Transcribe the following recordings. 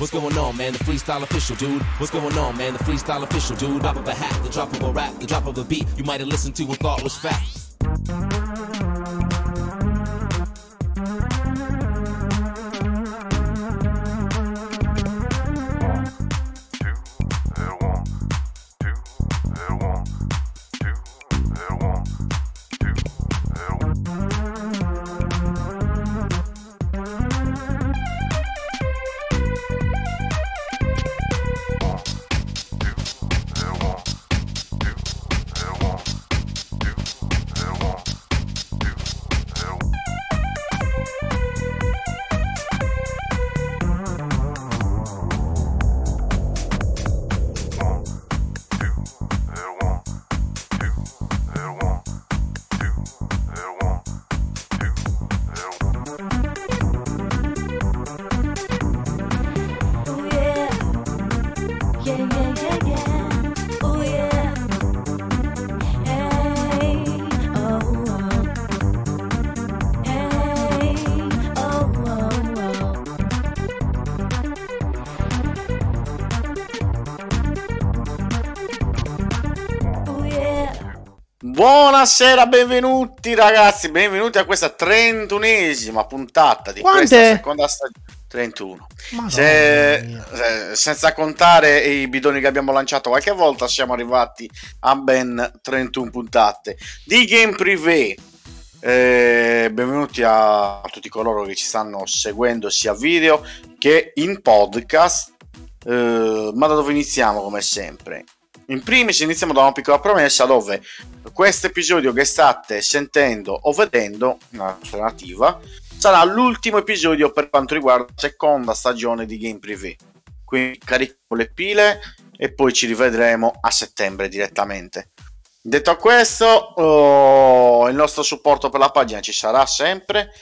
What's going on, man? The freestyle official, dude. What's going on, man? The freestyle official, dude. Drop of a hat, the drop of a rap, the drop of a beat. You might have listened to and thought was fact. Buonasera, benvenuti ragazzi, benvenuti a questa 31esima puntata di questa seconda stagione. 31. Senza contare i bidoni che abbiamo lanciato qualche volta, siamo arrivati a ben 31 puntate di Game Privé. Benvenuti a tutti coloro che ci stanno seguendo sia video che in podcast. Ma da dove iniziamo come sempre? In primis iniziamo da una piccola promessa dove questo episodio che state sentendo o vedendo, un'alternativa, sarà l'ultimo episodio per quanto riguarda la seconda stagione di Game Privé. Quindi carichiamo le pile e poi ci rivedremo a settembre direttamente. Detto questo, il nostro supporto per la pagina ci sarà sempre.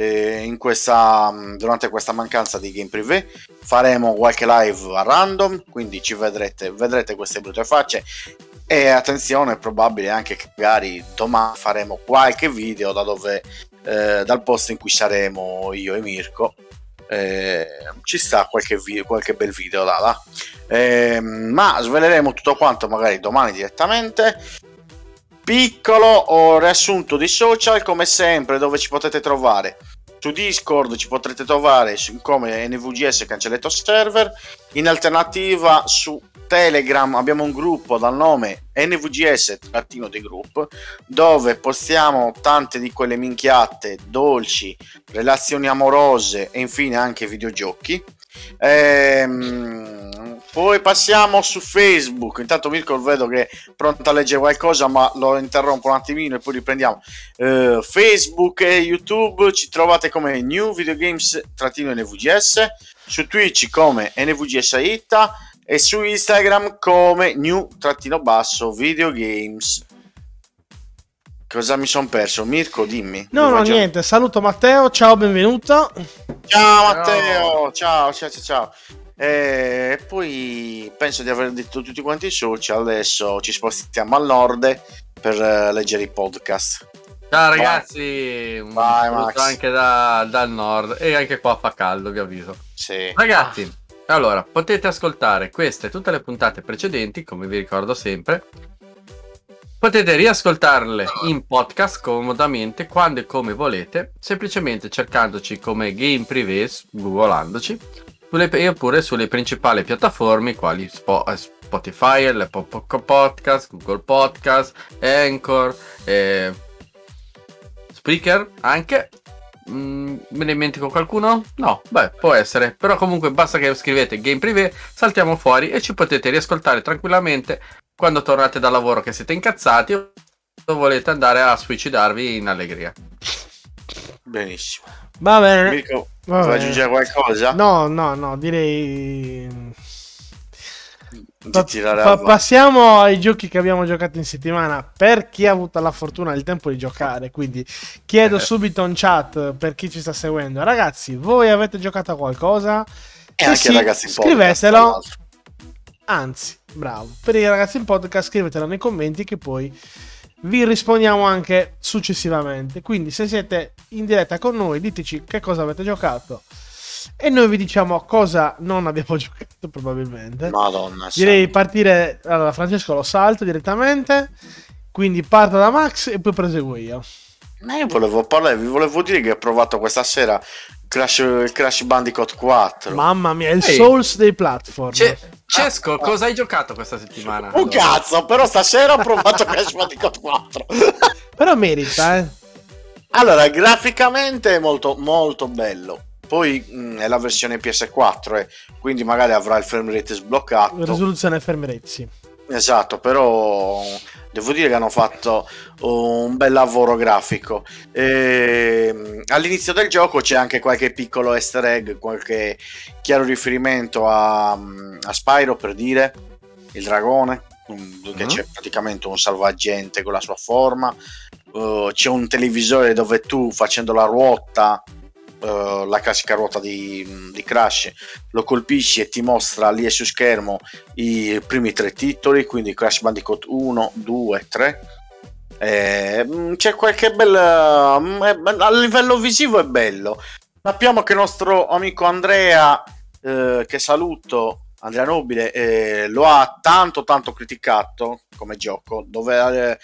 Durante questa mancanza di Game Privé faremo qualche live a random, quindi ci vedrete queste brutte facce. E attenzione, è probabile anche che magari domani faremo qualche video dal posto in cui saremo io e Mirko. Ci sta qualche bel video là. Ma sveleremo tutto quanto magari domani direttamente. Piccolo riassunto di social come sempre, dove ci potete trovare su Discord, ci potrete trovare come NVGS cancelletto server. In alternativa su Telegram abbiamo un gruppo dal nome NVGS-di group, dove postiamo tante di quelle minchiate dolci, relazioni amorose e infine anche videogiochi. Poi passiamo su Facebook. Intanto Mirko vedo che è pronto a leggere qualcosa, ma lo interrompo un attimino e poi riprendiamo. Facebook e YouTube ci trovate come New Videogames-NVGS, su Twitch come NVGS Itta e su Instagram come New-Videogames. Cosa mi sono perso? Mirko, dimmi. No, niente. Saluto Matteo, ciao, benvenuto. Ciao Matteo, ciao. E poi penso di aver detto tutti quanti i social. Adesso ci spostiamo al nord per leggere i podcast. Ciao ragazzi, un saluto anche dal nord, e anche qua fa caldo, vi avviso. Sì. Ragazzi, allora potete ascoltare queste e tutte le puntate precedenti, come vi ricordo sempre. Potete riascoltarle in podcast comodamente quando e come volete, semplicemente cercandoci come Game Privé, googolandoci, oppure sulle principali piattaforme quali Spotify, Apple Podcast, Google Podcast, Anchor, Spreaker anche. Me ne dimentico qualcuno? No, può essere, però comunque basta che scrivete Game Privé, saltiamo fuori e ci potete riascoltare tranquillamente quando tornate dal lavoro che siete incazzati o volete andare a suicidarvi in allegria. Benissimo. Va bene. Mirko, vuoi aggiungere qualcosa? No, direi passiamo ai giochi che abbiamo giocato in settimana, per chi ha avuto la fortuna e il tempo di giocare. Quindi chiedo subito in chat, per chi ci sta seguendo, ragazzi, voi avete giocato a qualcosa? E anche ragazzi in scrivetelo. Podcast, anzi, bravo, per i ragazzi in podcast scrivetelo nei commenti che poi vi rispondiamo anche successivamente. Quindi se siete in diretta con noi, diteci che cosa avete giocato e noi vi diciamo cosa non abbiamo giocato probabilmente. Madonna. Direi di partire, allora Francesco lo salto direttamente, quindi parto da Max e poi proseguo io. Io volevo parlare, vi volevo dire che ho provato questa sera Crash Bandicoot 4. Mamma mia, il Ehi. Souls dei platform. Cesco, cosa hai giocato questa settimana? Un cazzo, però stasera ho provato Crash Bandicoot 4. Però merita, Allora, graficamente è molto molto bello. Poi è la versione PS4, quindi magari avrà il frame rate sbloccato. Risoluzione frame rate, sì. Esatto, però devo dire che hanno fatto un bel lavoro grafico. All'inizio del gioco c'è anche qualche piccolo easter egg, qualche chiaro riferimento a Spyro, per dire, il dragone, che c'è praticamente un salvagente con la sua forma. C'è un televisore dove tu, facendo la ruota, la classica ruota di Crash, lo colpisci e ti mostra lì su schermo i primi 3 titoli, quindi Crash Bandicoot 1, 2, 3. C'è qualche a livello visivo è bello. Sappiamo che il nostro amico Andrea, che saluto, Andrea Nobile, lo ha tanto criticato come gioco, dove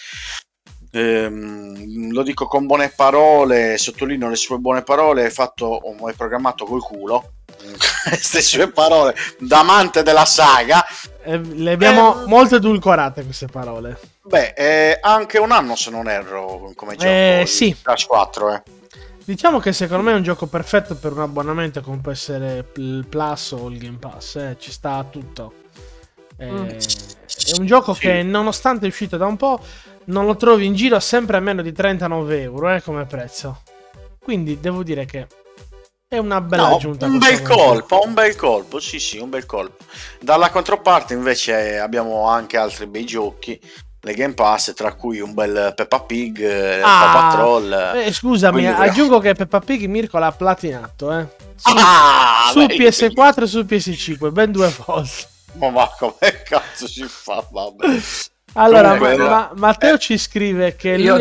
lo dico con buone parole, sottolineo le sue buone parole, è programmato col culo. Queste sue parole da amante della saga, Le abbiamo molto edulcorate queste parole. anche un anno se non erro come gioco, sì. Crash 4. Diciamo che secondo me è un gioco perfetto per un abbonamento come può essere il Plus o il Game Pass, ci sta tutto. È un gioco che, nonostante è uscito da un po', non lo trovi in giro sempre a meno di 39 euro come prezzo. Quindi devo dire che è una bella aggiunta. Un bel colpo, sì, un bel colpo. Dalla controparte invece abbiamo anche altri bei giochi, le Game Pass, tra cui un bel Peppa Pig, Paw Patrol. Scusami, quindi, aggiungo che Peppa Pig Mirko l'ha platinato, su PS4 e su PS5, ben 2 volte. Ma come cazzo si fa? Vabbè. Allora, Comunque, Matteo ci scrive che Io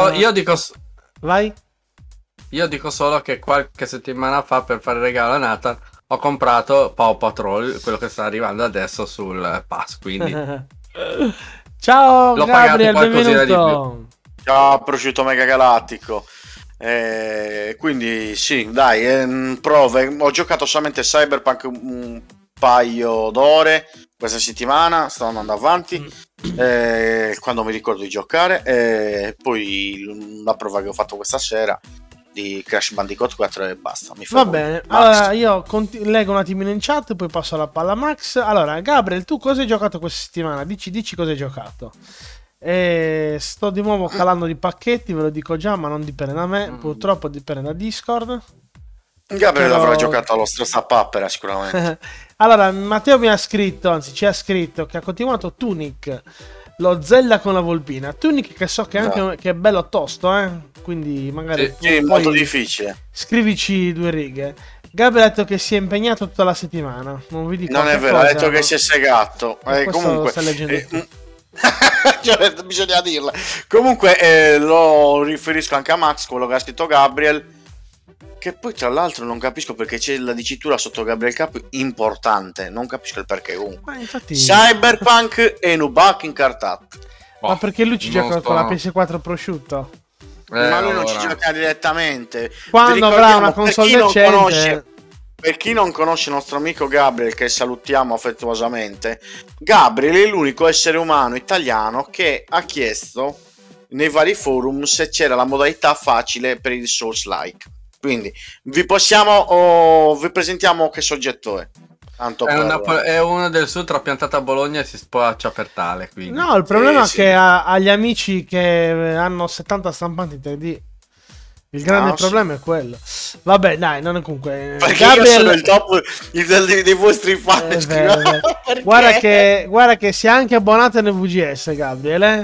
dico solo che qualche settimana fa, per fare regalo a Nathan, ho comprato Paw Patrol, quello che sta arrivando adesso sul Pass, quindi ciao l'ho Gabriel, pagato qualcosina di benvenuto. ciao prosciutto mega galattico. Quindi sì, dai, prove. Ho giocato solamente Cyberpunk un paio d'ore questa settimana, sto andando avanti quando mi ricordo di giocare, poi la prova che ho fatto questa sera di Crash Bandicoot 4 e basta. Va bene, allora io leggo un attimino in chat, poi passo la palla a Max. Allora, Gabriel, tu cosa hai giocato questa settimana? Dici cosa hai giocato. Sto di nuovo calando di pacchetti, ve lo dico già, ma non dipende da me, purtroppo dipende da Discord. Gabriele avrà giocato allo Strozza Papera sicuramente. Allora, Matteo mi ha scritto, anzi ci ha scritto che ha continuato Tunic, lo Zelda con la volpina. Tunic che so che anche che è bello tosto, quindi magari sì, molto difficile. Scrivici 2 righe. Gabriele ha detto che si è impegnato tutta la settimana. Non vi dico. Non è vero, ha detto che si è segato. Comunque cioè, bisogna dirla. Comunque lo riferisco anche a Max, quello che ha scritto Gabriel. Che poi tra l'altro non capisco perché c'è la dicitura sotto Gabriel Cap importante, non capisco il perché comunque. Ma infatti... Cyberpunk e Nubak incartato. Ma perché lui ci gioca con la PS4 prosciutto? Ma lui non ci gioca direttamente. Quando avrà una console decente. Per chi non conosce il nostro amico Gabriel, che salutiamo affettuosamente, Gabriel è l'unico essere umano italiano che ha chiesto nei vari forum se c'era la modalità facile per il Souls-like. Quindi vi presentiamo che soggetto è. Tanto è uno del sud trapiantato a Bologna e si spaccia per tale. Quindi. No, il problema è che ha gli amici che hanno 70 stampanti 3D. Il grande problema è quello. Vabbè, dai, non è comunque. Perché Gabriel... io sono il top dei vostri fan. Guarda che si è anche abbonato NVGS, Gabriele.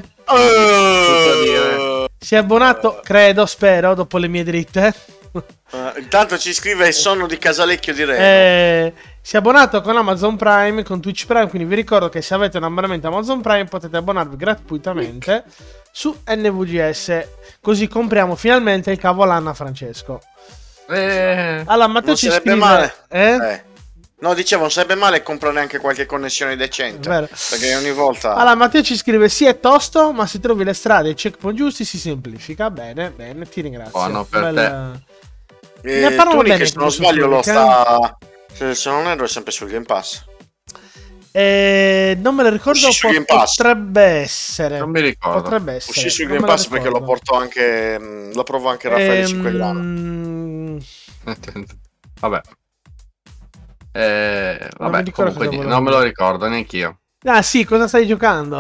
Si è abbonato, credo, spero, dopo le mie dritte. Intanto ci scrive il sonno di Casalecchio di Reno. Si è abbonato con Amazon Prime, con Twitch Prime, quindi vi ricordo che se avete un abbonamento Amazon Prime potete abbonarvi gratuitamente su NVGS, così compriamo finalmente il cavo LAN a Francesco. Allora, Matteo Non ci sarebbe scrive... male. No, dicevo, non sarebbe male comprare anche qualche connessione decente. Vero. Perché ogni volta. Allora, Matteo ci scrive: sì, è tosto, ma se trovi le strade e i checkpoint giusti si semplifica. Bene, bene, ti ringrazio. Buono per te. Ne parlano Tunic, bene se non su sbaglio, lo Tunic, sta. Se non erro, è sempre sul Game Pass. Non me lo ricordo, Uscì su Game Pass. potrebbe essere. Non mi ricordo. Potrebbe essere. Uscì sul non Game me lo Pass perché lo ricordo. portò anche. Lo provò anche Raffaele 5 gradi. Vabbè. Non mi Vabbè, ricordo comunque cosa volevo non me lo dire. ricordo neanch'io. Ah, sì, cosa stai giocando?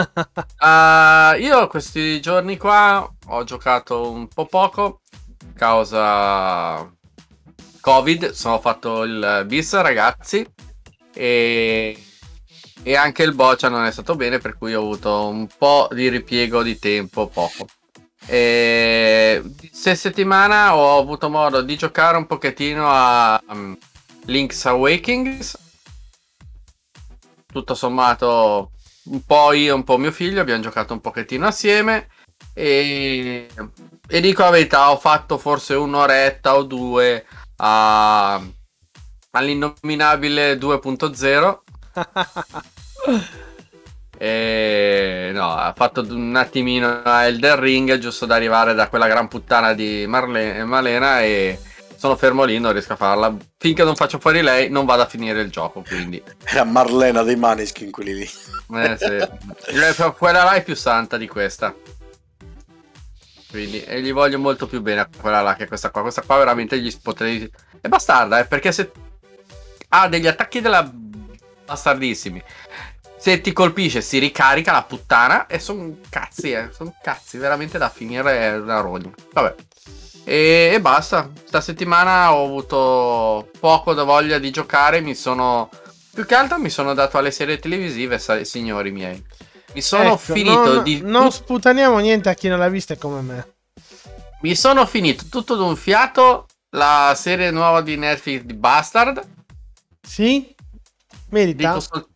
Io questi giorni qua ho giocato un po' poco causa Covid. Sono fatto il bis, ragazzi, e anche il boccia non è stato bene, per cui ho avuto un po' di ripiego di tempo, poco. Questa settimana ho avuto modo di giocare un pochettino a Link's Awakening. Tutto sommato un po' io, un po' mio figlio abbiamo giocato un pochettino assieme e dico la verità, ho fatto forse un'oretta o due all'innominabile 2.0. No, ha fatto un attimino a Elden Ring giusto da arrivare da quella gran puttana di Malena, e sono fermo lì, non riesco a farla. Finché non faccio fuori lei non vado a finire il gioco, quindi Era Marlena dei Maneskin quelli lì. sì. Quella là è più santa di questa, quindi, e gli voglio molto più bene a quella là che questa qua. Questa qua veramente gli potrei... è bastarda, perché se ha degli attacchi della bastardissimi, se ti colpisce si ricarica la puttana e sono cazzi veramente da finire una rogna. Vabbè, e basta. Sta settimana ho avuto poco da voglia di giocare, più che altro mi sono dato alle serie televisive, signori miei. Mi sono finito non sputaniamo niente a chi non l'ha vista come me. Mi sono finito tutto d'un fiato la serie nuova di Netflix di Bastard. Sì? Merita?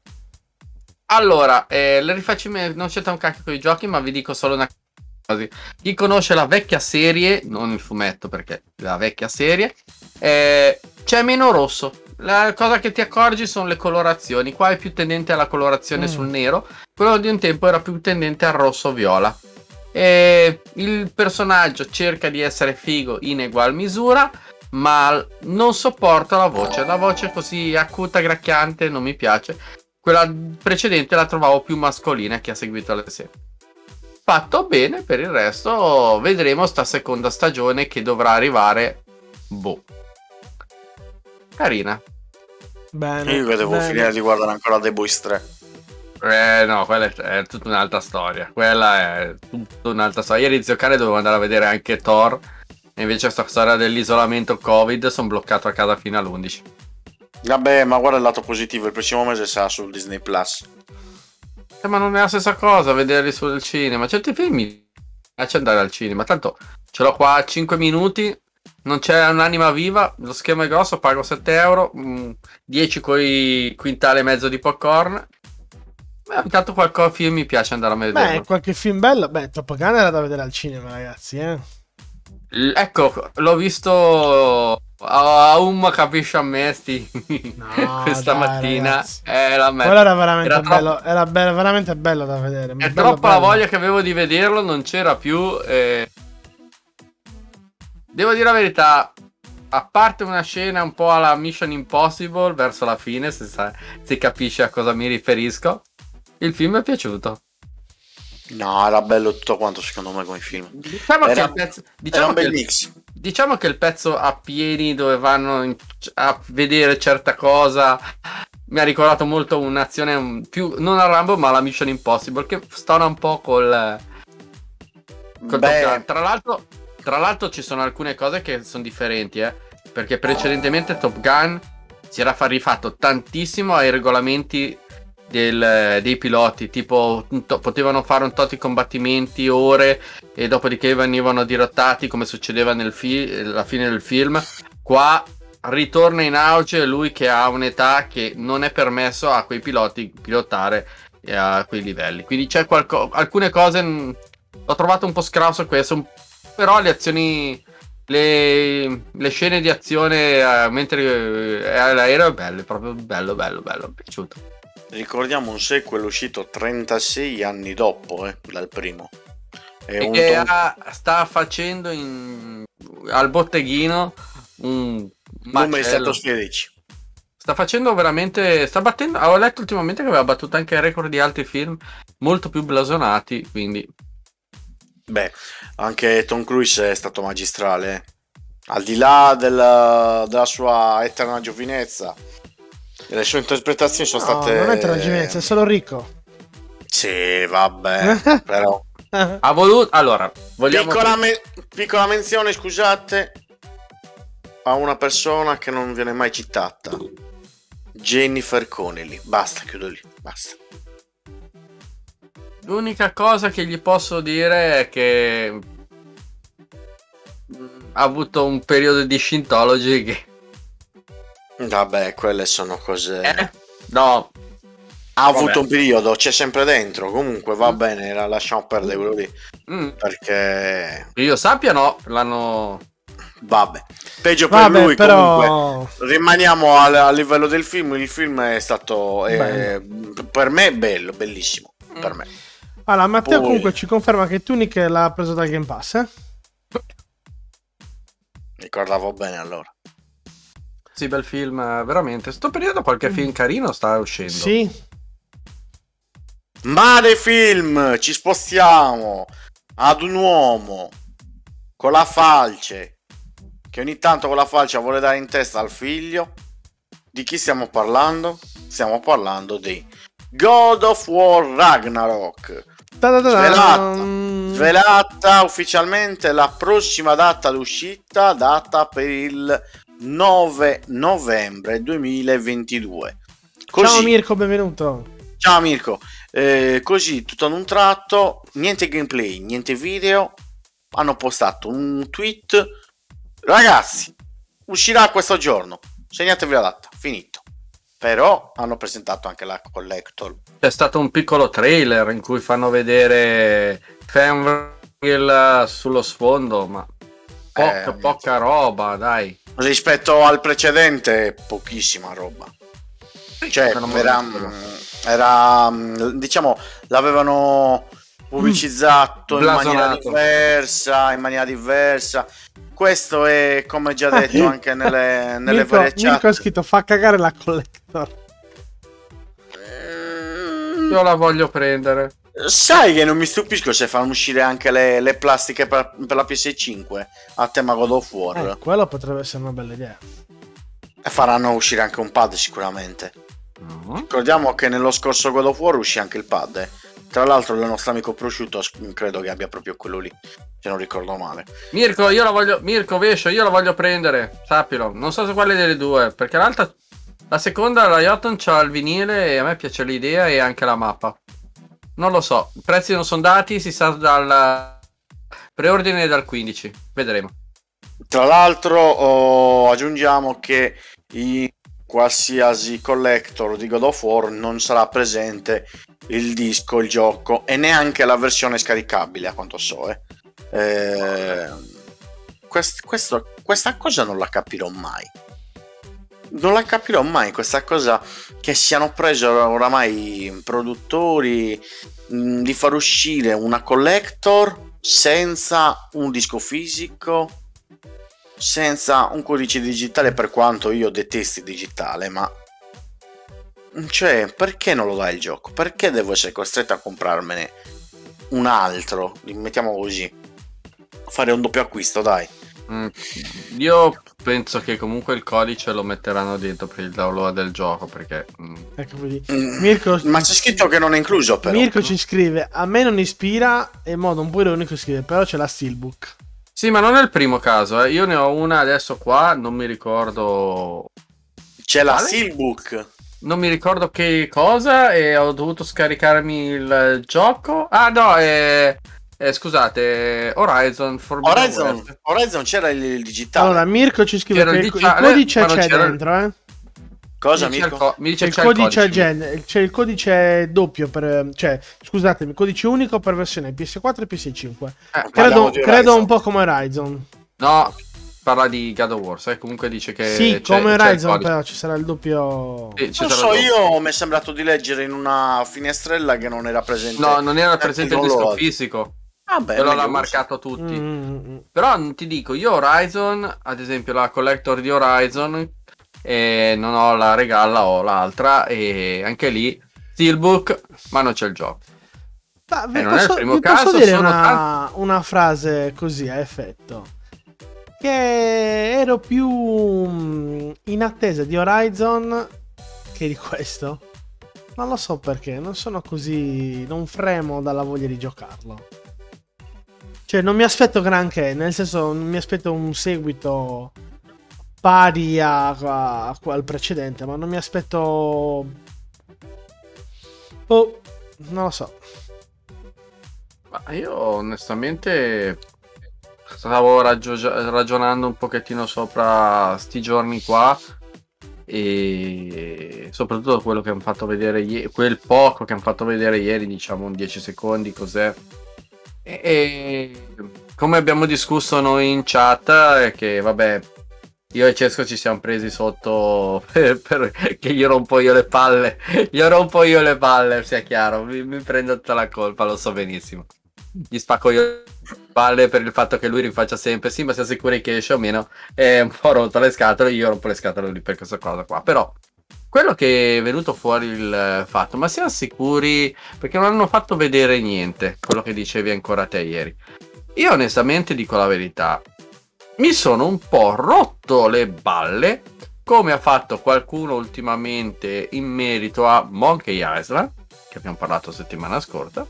Allora, le rifacimento, non c'entra un cacchio con i giochi, ma vi dico solo una cosa. Chi conosce la vecchia serie, non il fumetto, perché la vecchia serie, c'è meno rosso. La cosa che ti accorgi sono le colorazioni. Qua è più tendente alla colorazione sul nero, quello di un tempo era più tendente al rosso-viola. Il personaggio cerca di essere figo in egual misura, ma non sopporto la voce così acuta, gracchiante, non mi piace. Quella precedente la trovavo più mascolina, chi ha seguito le serie. Fatto bene, per il resto vedremo sta seconda stagione che dovrà arrivare. Boh, carina. Bene, Io devo finire di guardare ancora The Boys 3. No, quella è tutta un'altra storia. Quella è tutta un'altra storia. Ieri zio Cane dovevo andare a vedere anche Thor, e invece sta storia dell'isolamento Covid sono bloccato a casa fino all'11. Vabbè, ma guarda il lato positivo, il prossimo mese sarà sul Disney Plus. Ma non è la stessa cosa vederli sul cinema. Certi film mi piace andare al cinema, tanto ce l'ho qua a 5 minuti, non c'è un'anima viva, lo schermo è grosso, pago 7 euro, 10 coi quintale e mezzo di popcorn. Intanto qualche film mi piace andare a vedere. Beh, qualche film bello. Beh, Top Gun era da vedere al cinema, ragazzi, Ecco, l'ho visto a capisce a me questa dai, mattina. Ragazzi. Quello era veramente bello. Era veramente bello da vedere. È bello, troppa bello. la voglia che avevo di vederlo, non c'era più. Devo dire la verità, a parte una scena un po' alla Mission Impossible verso la fine, se capisce a cosa mi riferisco, il film è piaciuto. No, era bello tutto quanto, secondo me, come film. Diciamo Era un bel che mix. diciamo che il pezzo a piedi dove vanno a vedere certa cosa mi ha ricordato molto un'azione più non a Rambo ma alla Mission Impossible, che stona un po' col Top Gun. Tra l'altro ci sono alcune cose che sono differenti, perché precedentemente Top Gun si era rifatto tantissimo ai regolamenti dei piloti, tipo potevano fare un tot di combattimenti, ore, e dopodiché venivano dirottati come succedeva alla fine del film. Qua ritorna in auge lui che ha un'età che non è permesso a quei piloti pilotare a quei livelli, quindi c'è alcune cose ho trovato un po' scrauso questo, però le azioni le scene di azione mentre è all'aereo è bello, è proprio bello, mi è piaciuto. Ricordiamo un sequel uscito 36 anni dopo dal primo. E che sta facendo al botteghino un numeri macello. stratosferici. Sta facendo veramente, sta battendo, ho letto ultimamente che aveva battuto anche il record di altri film molto più blasonati, quindi Beh, anche Tom Cruise è stato magistrale. Al di là della sua eterna giovinezza, le sue interpretazioni sono state... Non è eterna giovinezza, è solo ricco. Sì, vabbè, però... ha voluto, allora, vogliamo... Piccola menzione, scusate, a una persona che non viene mai citata. Jennifer Connelly. Basta, chiudo lì, basta. L'unica cosa che gli posso dire è che ha avuto un periodo di Scientology che... Vabbè, quelle sono cose... No. Ha avuto un periodo, c'è sempre dentro. Comunque va bene, la lasciamo perdere quello lì. Perché... Io sappia no, l'hanno... Vabbè, peggio per lui, però... comunque rimaniamo a livello del film. Il film è stato per me bello, bellissimo per me. Allora, Matteo comunque ci conferma che Tunic l'ha preso dal Game Pass, Ricordavo bene allora. Sì, bel film, veramente. Sto periodo qualche film carino sta uscendo. Sì. Ma dei film, ci spostiamo ad un uomo con la falce che ogni tanto con la falce vuole dare in testa al figlio. Di chi stiamo parlando? Stiamo parlando di God of War Ragnarok. Svelata ufficialmente la prossima data d'uscita, data per il 9 novembre 2022. Così, ciao Mirko, benvenuto. Ciao Mirko. Così tutto ad un tratto, niente gameplay, niente video, hanno postato un tweet: ragazzi, uscirà questo giorno, segnatevi la data, finito. Però hanno presentato anche la collector. C'è stato un piccolo trailer in cui fanno vedere Fenrir sullo sfondo, ma poca roba, dai. Rispetto al precedente, pochissima roba. Cioè, era diciamo, l'avevano pubblicizzato in maniera diversa. Questo è, come già detto anche nelle varie chat. Mirko ha scritto: fa cagare la collector. Io la voglio prendere. Sai che non mi stupisco se fanno uscire anche le plastiche per la PS5 a tema God of War. Quello potrebbe essere una bella idea. E faranno uscire anche un pad sicuramente. Ricordiamo che nello scorso God of War uscì anche il pad. Tra l'altro il nostro amico prosciutto credo che abbia proprio quello lì, se non ricordo male. Mirko, Vescio, io la voglio prendere, sappilo. Non so se quale delle due, perché la seconda, la Jotun, c'ha il vinile e a me piace l'idea e anche la mappa. Non lo so, i prezzi non sono dati, si sa dal preordine dal 15, vedremo. Tra l'altro aggiungiamo che in qualsiasi collector di God of War non sarà presente il disco, il gioco e neanche la versione scaricabile, a quanto so. Questa cosa non la capirò mai. Non la capirò mai, questa cosa che siano preso oramai produttori di far uscire una collector senza un disco fisico, senza un codice digitale, per quanto io detesti digitale, ma cioè, perché non lo dai il gioco? Perché devo essere costretto a comprarmene un altro? Mettiamo così, fare un doppio acquisto, dai. Io penso che comunque il codice lo metteranno dentro per il download del gioco, perché Mirko, ma c'è scritto che non è incluso, però. Mirko ci scrive: a me non ispira, e in modo un po' ironico scrive: però c'è la Steelbook. Sì, ma non è il primo caso, io ne ho una adesso qua, non mi ricordo. C'è la Steelbook. Non mi ricordo che cosa, e ho dovuto scaricarmi il gioco. Ah no, scusate, Horizon c'era il digitale. Allora, Mirko ci scrive che il codice c'è dentro, Cosa, Mirko? Mi dice il codice c'è il codice doppio cioè, scusatemi, il codice unico per versione PS4 e PS5. Credo un po' come Horizon. No, parla di God of War, sai? Comunque dice che Sì, c'è come il Horizon codice. però ci sarà il doppio. Sì, ci Non sarà so, il doppio. io mi è sembrato di leggere in una finestrella che non era presente. No, non era neanche presente il disco download. fisico. Vabbè, Quello l'ha meglio così. marcato tutti. Mm. Però ti dico, io Horizon, ad esempio la collector di Horizon, non ho la regalla, ho l'altra, e anche lì Steelbook, ma non c'è il gioco. Ma non è il primo vi posso caso, dire sono una frase così a effetto. Che ero più in attesa di Horizon che di questo. Non lo so perché, non sono così. Non fremo dalla voglia di giocarlo. Cioè, non mi aspetto granché, nel senso, non mi aspetto un seguito pari al precedente, ma non mi aspetto. Oh, non lo so. Ma io onestamente stavo ragionando un pochettino sopra sti giorni qua, e soprattutto quello che hanno fatto vedere quel poco che hanno fatto vedere ieri, diciamo un 10 secondi, cos'è. E come abbiamo discusso noi in chat, è che vabbè, io e Cesco ci siamo presi sotto che gli rompo io le palle, sia chiaro, mi prendo tutta la colpa, lo so benissimo. Gli spacco io le palle per il fatto che lui rifaccia sempre sì, ma siamo sicuri che esce o meno, è un po' rotto le scatole, io rompo le scatole lì per questa cosa qua. Però quello che è venuto fuori il fatto, ma siamo sicuri, perché non hanno fatto vedere niente, quello che dicevi ancora te ieri. Io onestamente dico la verità, mi sono un po' rotto le balle, come ha fatto qualcuno ultimamente in merito a Monkey Island, che abbiamo parlato settimana scorsa,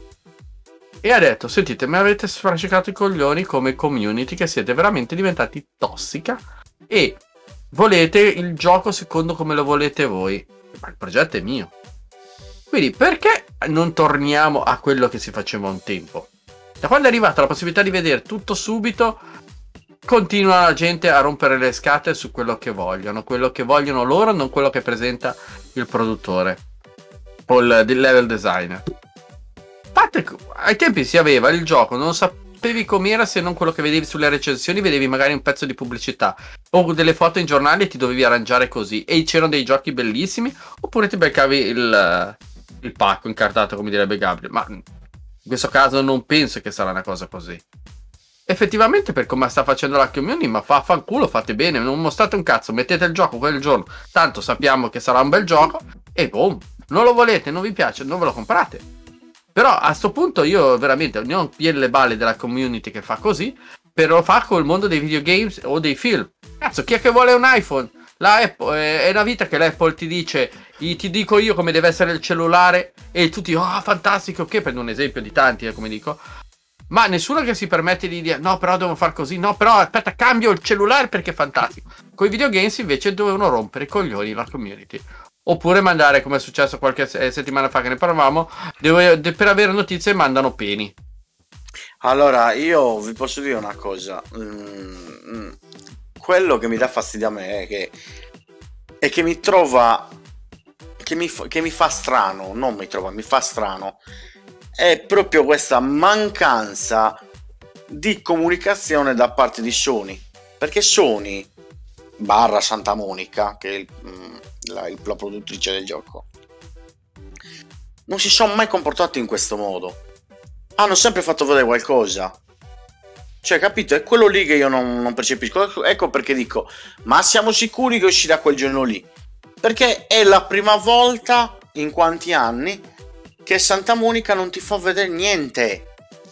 e ha detto: sentite, mi avete sfracicato i coglioni come community, che siete veramente diventati tossica e volete il gioco secondo come lo volete voi, ma il progetto è mio. Quindi perché non torniamo a quello che si faceva un tempo? Da quando è arrivata la possibilità di vedere tutto subito, continua la gente a rompere le scatole su quello che vogliono loro, non quello che presenta il produttore o il level designer. Infatti, ai tempi si aveva il gioco, non sapevi com'era se non quello che vedevi sulle recensioni, vedevi magari un pezzo di pubblicità o delle foto in giornale e ti dovevi arrangiare così, e c'erano dei giochi bellissimi, oppure ti beccavi il pacco incartato, come direbbe Gabriel. Ma in questo caso non penso che sarà una cosa così. Effettivamente, per come sta facendo la community, ma fanculo, fate bene, non mostrate un cazzo, mettete il gioco quel giorno, tanto sappiamo che sarà un bel gioco, e boom, non lo volete, non vi piace, non ve lo comprate. Però a sto punto io veramente non ho più le balle della community che fa così, per lo fa col mondo dei videogames o dei film. Cazzo, chi è che vuole un iPhone? La Apple, è una vita che l'Apple ti dice, ti dico io come deve essere il cellulare, e tutti, oh fantastico, ok, prendo un esempio di tanti, come dico. Ma nessuno che si permette di dire no, però devo far così, no, però aspetta, cambio il cellulare perché è fantastico. Con i videogames invece dovevano rompere i coglioni la community, oppure mandare, come è successo qualche settimana fa che ne parlavamo, per avere notizie mandano peni. Allora, io vi posso dire una cosa, quello che mi dà fastidio a me è che mi trova, che mi fa strano, non mi trova, mi fa strano, è proprio questa mancanza di comunicazione da parte di Sony, perché Sony / Santa Monica, che è la produttrice del gioco, non si sono mai comportati in questo modo, hanno sempre fatto vedere qualcosa, cioè, capito? È quello lì che io non percepisco. Ecco perché dico, ma siamo sicuri che uscirà quel giorno lì? Perché è la prima volta in quanti anni che Santa Monica non ti fa vedere niente.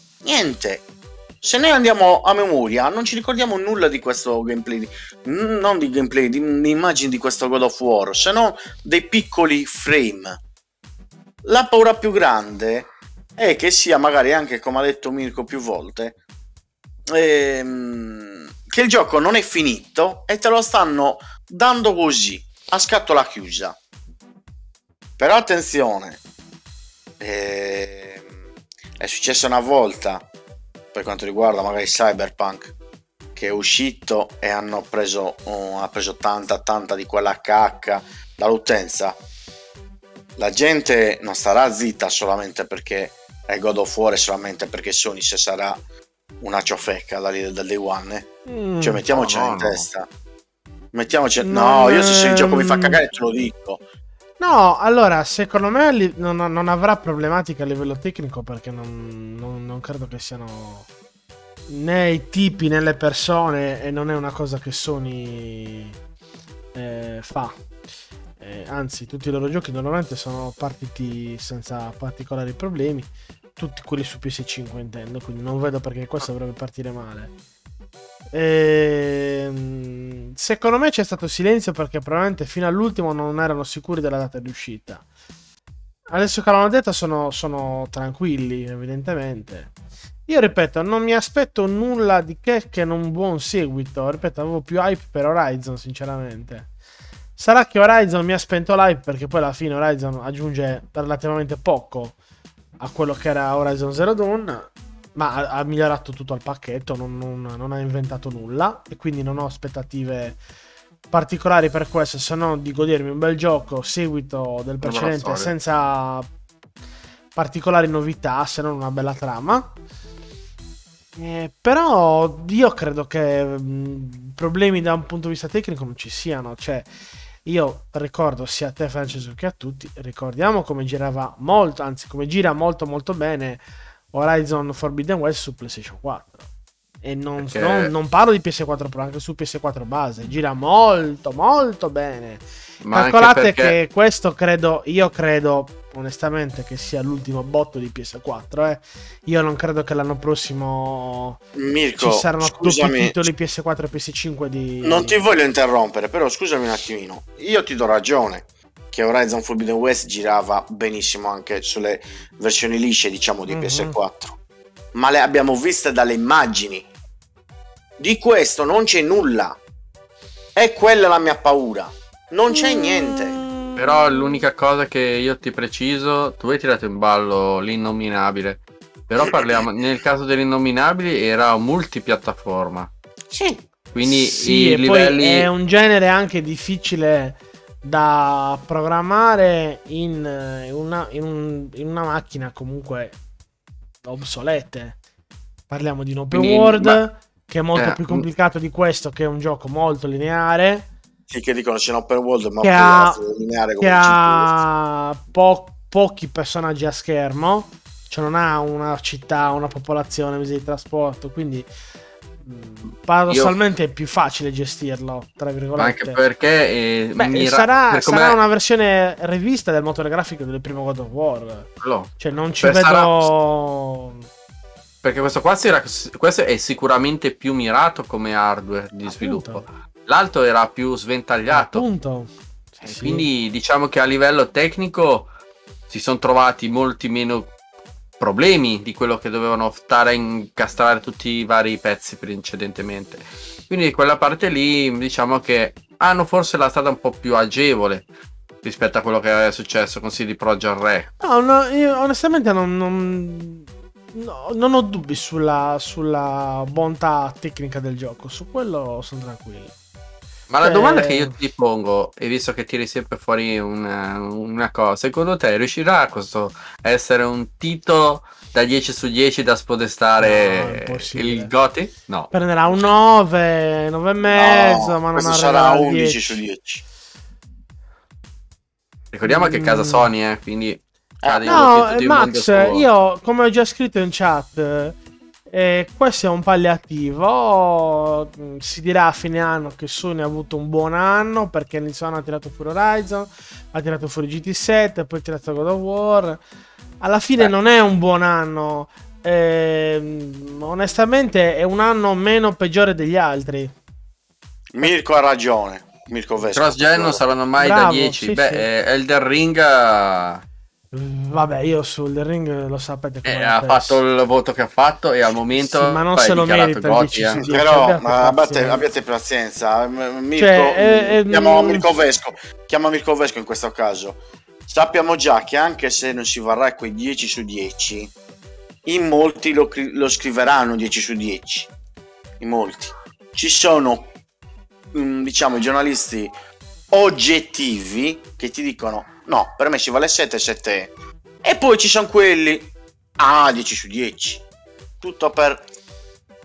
Se noi andiamo a memoria, non ci ricordiamo nulla di questo gameplay, non di gameplay, di immagini di questo God of War, se no dei piccoli frame. La paura più grande è che sia, magari anche come ha detto Mirko più volte, che il gioco non è finito e te lo stanno dando così, a scatola chiusa. Però attenzione, è successo una volta per quanto riguarda magari Cyberpunk, che è uscito e ha preso tanta di quella cacca dall'utenza. La gente non starà zitta solamente perché è God of War e solamente perché Sony se sarà una ciofecca dal day one, Cioè, mettiamocela no, in no. testa. Mettiamoci... Non- No, io se il gioco mi fa cagare te lo dico. No, allora, secondo me non avrà problematiche a livello tecnico perché non credo che siano né i tipi né le persone e non è una cosa che Sony fa. Anzi, tutti i loro giochi normalmente sono partiti senza particolari problemi, tutti quelli su PS5 intendo, quindi non vedo perché questo dovrebbe partire male. Secondo me c'è stato silenzio perché probabilmente fino all'ultimo non erano sicuri della data di uscita. Adesso che l'hanno detto sono tranquilli, evidentemente. Io ripeto, non mi aspetto nulla di che non un buon seguito. Ripeto, avevo più hype per Horizon, sinceramente. Sarà che Horizon mi ha spento l'hype perché poi alla fine Horizon aggiunge relativamente poco a quello che era Horizon Zero Dawn, ma ha migliorato tutto il pacchetto, non ha inventato nulla e quindi non ho aspettative particolari per questo, se no di godermi un bel gioco seguito del precedente storia. senza particolari novità, se non una bella trama. Però io credo che problemi da un punto di vista tecnico non ci siano, cioè io ricordo sia a te Francesco che a tutti, ricordiamo come girava molto, anzi come gira molto molto bene Horizon Forbidden West su PlayStation 4 e Perché- non parlo di PS4 Pro, anche su PS4 base gira molto molto bene. Ma anche Calcolate perché- che questo io credo onestamente che sia l'ultimo botto di PS4 io non credo che l'anno prossimo Mirko, ci saranno doppi scusami, titoli PS4 e PS5 di... non ti voglio interrompere, però scusami un attimino. Io ti do ragione che Horizon Forbidden West girava benissimo anche sulle versioni lisce, diciamo, di Mhm. PS4. Ma le abbiamo viste dalle immagini. Di questo non c'è nulla. È quella la mia paura. Non c'è niente. Però l'unica cosa che io ti preciso, tu hai tirato in ballo l'innominabile. Però parliamo, nel caso dell'innominabili era multipiattaforma. Sì. Quindi Sì, i e livelli... poi è un genere anche difficile da programmare in una macchina comunque obsolete. Parliamo di un open Quindi, world ma- che è molto eh, più complicato di questo, che è un gioco molto lineare, Sì, che dicono c'è un open world, ma che poi ha, alla fine lineare che come dici tu. ha pochi personaggi a schermo, cioè non ha una città, una popolazione, mezzi di trasporto, quindi paradossalmente è più facile gestirlo, tra Ma virgolette. anche perché Beh, sarà una versione rivista del motore grafico del primo God of War. Cioè, non ci vedo. Perché questo questo è sicuramente più mirato come hardware di sviluppo. L'altro era più sventagliato. Appunto. Sì. Quindi diciamo che a livello tecnico si sono trovati molti meno problemi di quello che dovevano stare a incastrare tutti i vari pezzi precedentemente. Quindi quella parte lì diciamo che hanno forse la strada un po' più agevole rispetto a quello che è successo con CD Projekt Red. No, io onestamente non ho dubbi sulla bontà tecnica del gioco, su quello sono tranquillo. Ma la domanda che io ti pongo, e visto che tiri sempre fuori una cosa, secondo te riuscirà questo a essere un titolo da 10 su 10 da spodestare il GOTY? No. Prenderà un 9, 9,5, ma non sarà arriverà 11 su 10. Ricordiamo che è casa Sony, quindi... No, Max, io come ho già scritto in chat, questo è un palliativo. Si dirà a fine anno che Sony ha avuto un buon anno perché Sony ha tirato fuori Horizon, ha tirato fuori GT7, poi ha tirato God of War. Alla fine non è un buon anno. Onestamente è un anno meno peggiore degli altri. Mirko ha ragione. Mirko Vesco. Cross-gen non saranno mai da 10. Sì, Beh, sì. Elden Ring... Vabbè, io sul The Ring lo sapete come ha fatto il voto che ha fatto e al momento sì, ma non se lo merita il 10 su 10. Però abbiate pazienza. Mirko, chiama Mirko Vesco in questo caso. Sappiamo già che anche se non si varrà quei 10 su 10, in molti lo scriveranno 10 su 10. In molti. Ci sono, diciamo, i giornalisti oggettivi che ti dicono no, per me ci vale 7 e poi ci sono quelli 10 su 10, tutto per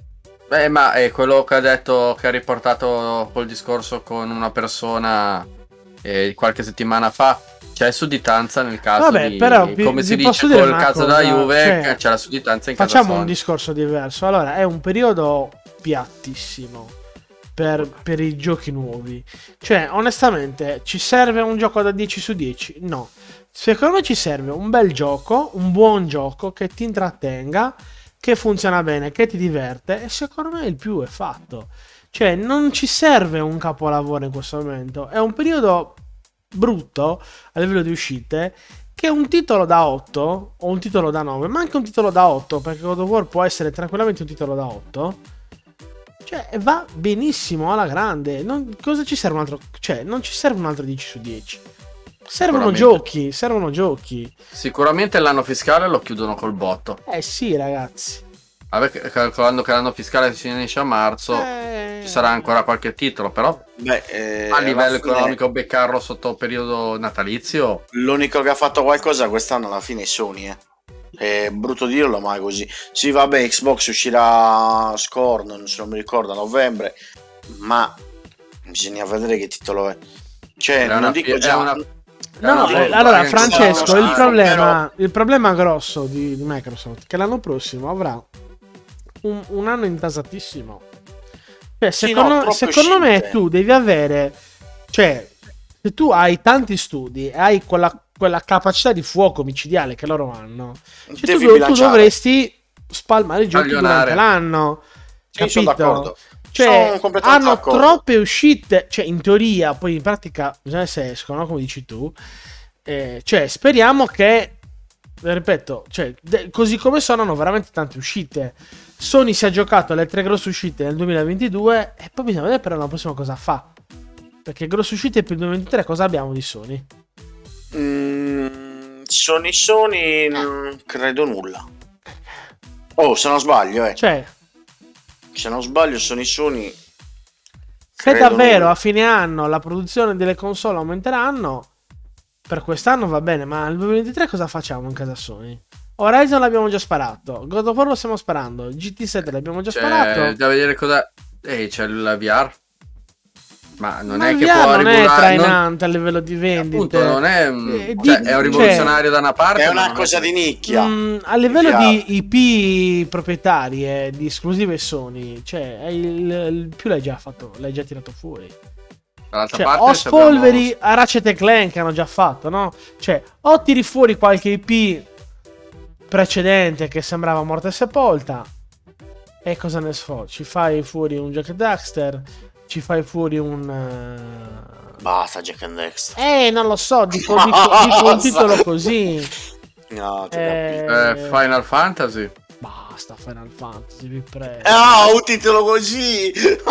Ma è quello che ha detto, che ha riportato col discorso con una persona qualche settimana fa. C'è sudditanza nel caso Vabbè, di, però come si vi posso dice dire col una caso cosa, della Juve, cioè, c'è la sudditanza in casa facciamo un Sony. discorso diverso. Allora, è un periodo piattissimo per i giochi nuovi. Cioè, onestamente, ci serve un gioco da 10 su 10? No. Secondo me ci serve un bel gioco, un buon gioco che ti intrattenga, che funziona bene, che ti diverte, e secondo me il più è fatto. Cioè, non ci serve un capolavoro in questo momento. È un periodo brutto a livello di uscite, che un titolo da 8 o un titolo da 9, ma anche un titolo da 8, perché God of War può essere tranquillamente un titolo da 8, cioè va benissimo alla grande. Cosa ci serve un altro? Cioè, non ci serve un altro 10 su 10. Servono giochi, servono giochi. Sicuramente l'anno fiscale lo chiudono col botto. Sì, ragazzi. Vabbè, calcolando che l'anno fiscale si finisce a marzo, ci sarà ancora qualche titolo, però a livello economico beccarlo sotto periodo natalizio. L'unico che ha fatto qualcosa quest'anno alla fine è Sony, È brutto dirlo, ma è così. Sì, vabbè, Xbox uscirà Scorn, se non mi ricordo, a novembre, ma bisogna vedere che titolo è. Cioè, non dico già... allora, Francesco, però... il problema grosso di Microsoft è che l'anno prossimo avrà un anno intasatissimo. Cioè, secondo me tu devi avere, cioè, se tu hai tanti studi e hai quella capacità di fuoco micidiale che loro hanno, cioè, tu dovresti spalmare i giochi durante l'anno. Sì, capito? Sono d'accordo. Cioè, hanno troppe uscite, cioè in teoria, poi in pratica bisogna se escono, come dici tu. Cioè, speriamo che, ripeto, cioè, così come sono, hanno veramente tante uscite. Sony si è giocato le 3 grosse uscite nel 2022 e poi bisogna vedere però l'anno prossimo cosa fa. Perché grosse uscite per il 2023 cosa abbiamo di Sony? Sony non credo nulla. Oh, se non sbaglio, Cioè, se non sbaglio, Sony. Se davvero a fine anno la produzione delle console aumenteranno, per quest'anno va bene, ma nel 2023 cosa facciamo in casa Sony? Horizon l'abbiamo già sparato, God of War lo stiamo sparando, GT7 l'abbiamo già sparato. Da vedere cosa... c'è la VR. Ma non è il che VR può non è trainante a livello di vendite. Appunto, non è è un rivoluzionario da una parte, è una cosa di nicchia. A livello di IP proprietarie, di esclusive Sony, cioè il più l'hai già fatto, l'hai già tirato fuori. Dall'altra Cioè, parte o spolveri a Ratchet & Clank hanno già fatto, no? Cioè, o tiri fuori qualche IP precedente che sembrava morta e sepolta, e cosa ne so, ci fai fuori un Jack Daxter, ci fai fuori un... Basta, Jack and Dexter. Non lo so, dico un titolo così. No, Final Fantasy. Basta, Final Fantasy, vi prego. Un titolo così.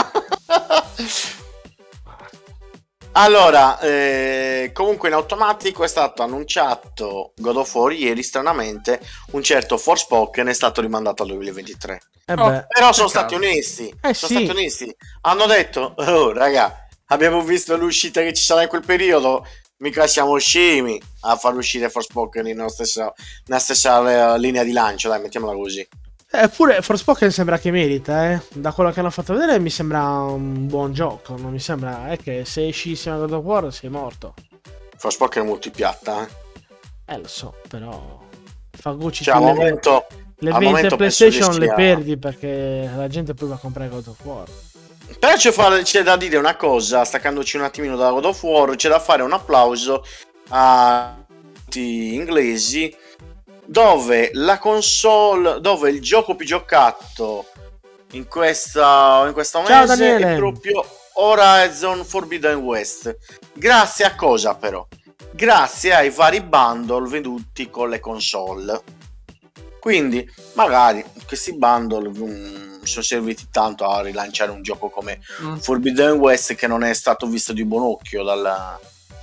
Allora, comunque in automatico è stato annunciato God of War ieri, stranamente, un certo Forspoken è stato rimandato al 2023. Però sono stati onesti. Stati onesti. Hanno detto, oh raga, abbiamo visto l'uscita che ci sarà in quel periodo, mica siamo scemi a far uscire Forspoken nella stessa linea di lancio, dai, mettiamola così. Eppure Forspoken sembra che merita, da quello che hanno fatto vedere mi sembra un buon gioco, non mi sembra che se esci insieme a God of War sei morto. Forspoken è multipiatta, lo so, però Fagucci, cioè, le vendite PlayStation le perdi perché la gente poi va a comprare God of War. Però c'è da dire una cosa, staccandoci un attimino da God of War, c'è da fare un applauso a tutti inglesi, dove la console, dove il gioco più giocato in questo mese è proprio Horizon Forbidden West. Grazie a cosa però? Grazie ai vari bundle venduti con le console. Quindi magari questi bundle sono serviti tanto a rilanciare un gioco come Forbidden West, che non è stato visto di buon occhio dalla...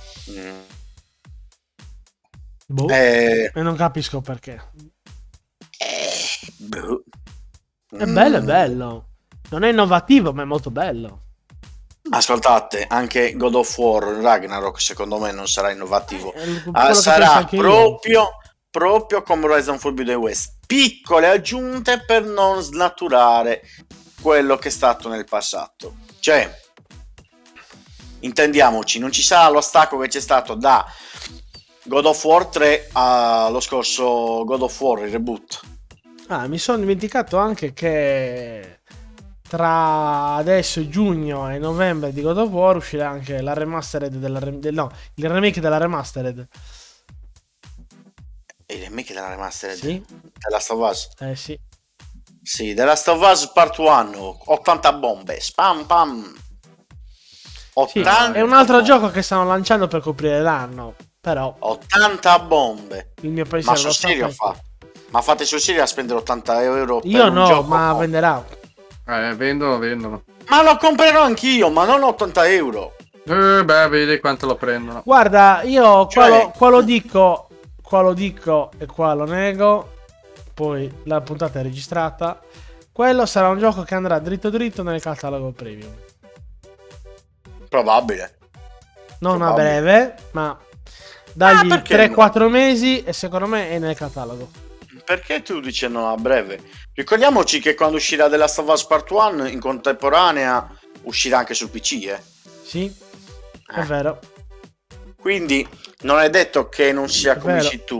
E non capisco perché. È bello. Non è innovativo, ma è molto bello. Ascoltate, anche God of War Ragnarok secondo me non sarà innovativo. Sarà proprio come Horizon Forbidden West. Piccole aggiunte per non snaturare quello che è stato nel passato. Cioè, intendiamoci, non ci sarà lo stacco che c'è stato da God of War 3 allo scorso God of War, il reboot. Mi sono dimenticato anche che tra adesso giugno e novembre di God of War uscirà anche la remastered il remake della remastered. Il remake della remastered? Sì. The Last of Us? Sì. Sì, The Last of Us Part 1, 80 bombe, spam pam. 80 è un altro gioco che stanno lanciando per coprire l'anno, però 80 bombe. il mio Ma pensiero sul lo serio fa. Ma fate sul serio a spendere 80 euro per Io un no, gioco? ma venderà. Vendono. Ma lo comprerò anch'io, ma non 80 euro. Vedi quanto lo prendono. Guarda, io Cioè- qua lo dico e qua lo nego. Poi la puntata è registrata. Quello sarà un gioco che andrà dritto nel catalogo premium. Probabile. Non a Probabile. breve, ma dagli perché 3-4 mesi e secondo me è nel catalogo. Perché tu dici no a breve? Ricordiamoci che quando uscirà The Last of Us Part 1 in contemporanea uscirà anche sul PC, Sì, è vero. Quindi non è detto che non sia È come vero. dici tu.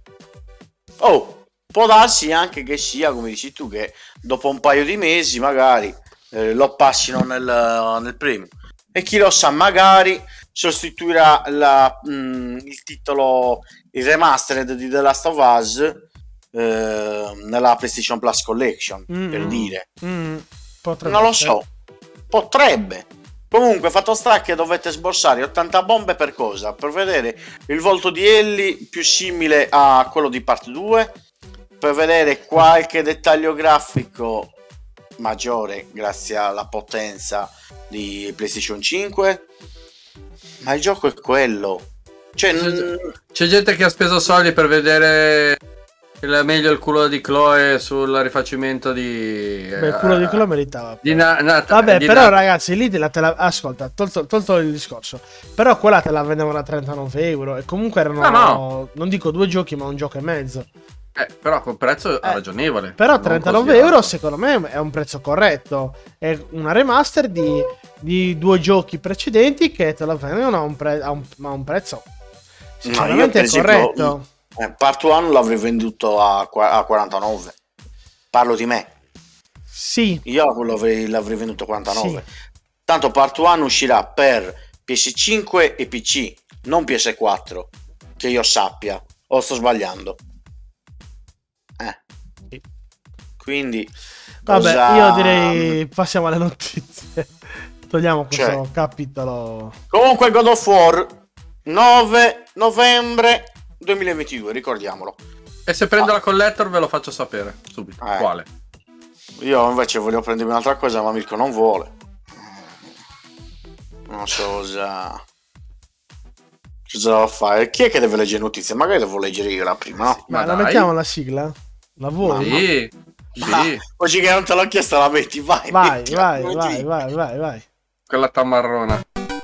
Oh, può darsi anche che sia come dici tu, che dopo un paio di mesi magari lo passino nel premium. E chi lo sa, magari sostituirà il titolo, il remastered di The Last of Us nella PlayStation Plus Collection, per dire. Potrebbe Non lo essere. so, potrebbe. Comunque, fatto sta che dovete sborsare 80 bombe per cosa? Per vedere il volto di Ellie più simile a quello di Part 2, per vedere qualche dettaglio grafico maggiore grazie alla potenza di PlayStation 5, ma il gioco è quello. Cioè, C'è gente che ha speso soldi per vedere meglio il culo di Chloe sul rifacimento di... Beh, il culo di quello meritava. Vabbè, però ragazzi, lì ascolta, tolto il discorso. Però quella te la vendevano a 39 euro. E comunque erano, No. non dico 2 giochi, ma un gioco e mezzo. Però con prezzo ragionevole. Però non 39 così euro alto. secondo me è un prezzo corretto. È una remaster di 2 giochi precedenti che te la vendono a un prezzo io, sinceramente per esempio, corretto. Part 1 l'avrei venduto a 49. Parlo di me. Sì, Io l'avrei venduto a 49. Tanto Part 1 uscirà per PS5 e PC, non PS4, che io sappia. O sto sbagliando? Sì. Quindi vabbè, io direi passiamo alle notizie. Togliamo questo capitolo. Comunque God of War 9 novembre 2022, ricordiamolo. E se prendo la collector ve lo faccio sapere subito. Quale? Io invece voglio prendermi un'altra cosa, ma Mirko non vuole. Non so cosa devo fare. Chi è che deve leggere notizie? Magari devo leggere io la prima, no? Ma la dai. mettiamo la sigla? La vuoi? Sì. Sì. Oggi che non te l'ho chiesto la metti, vai. Vai, mettila, vai, così. vai. Quella tamarrona.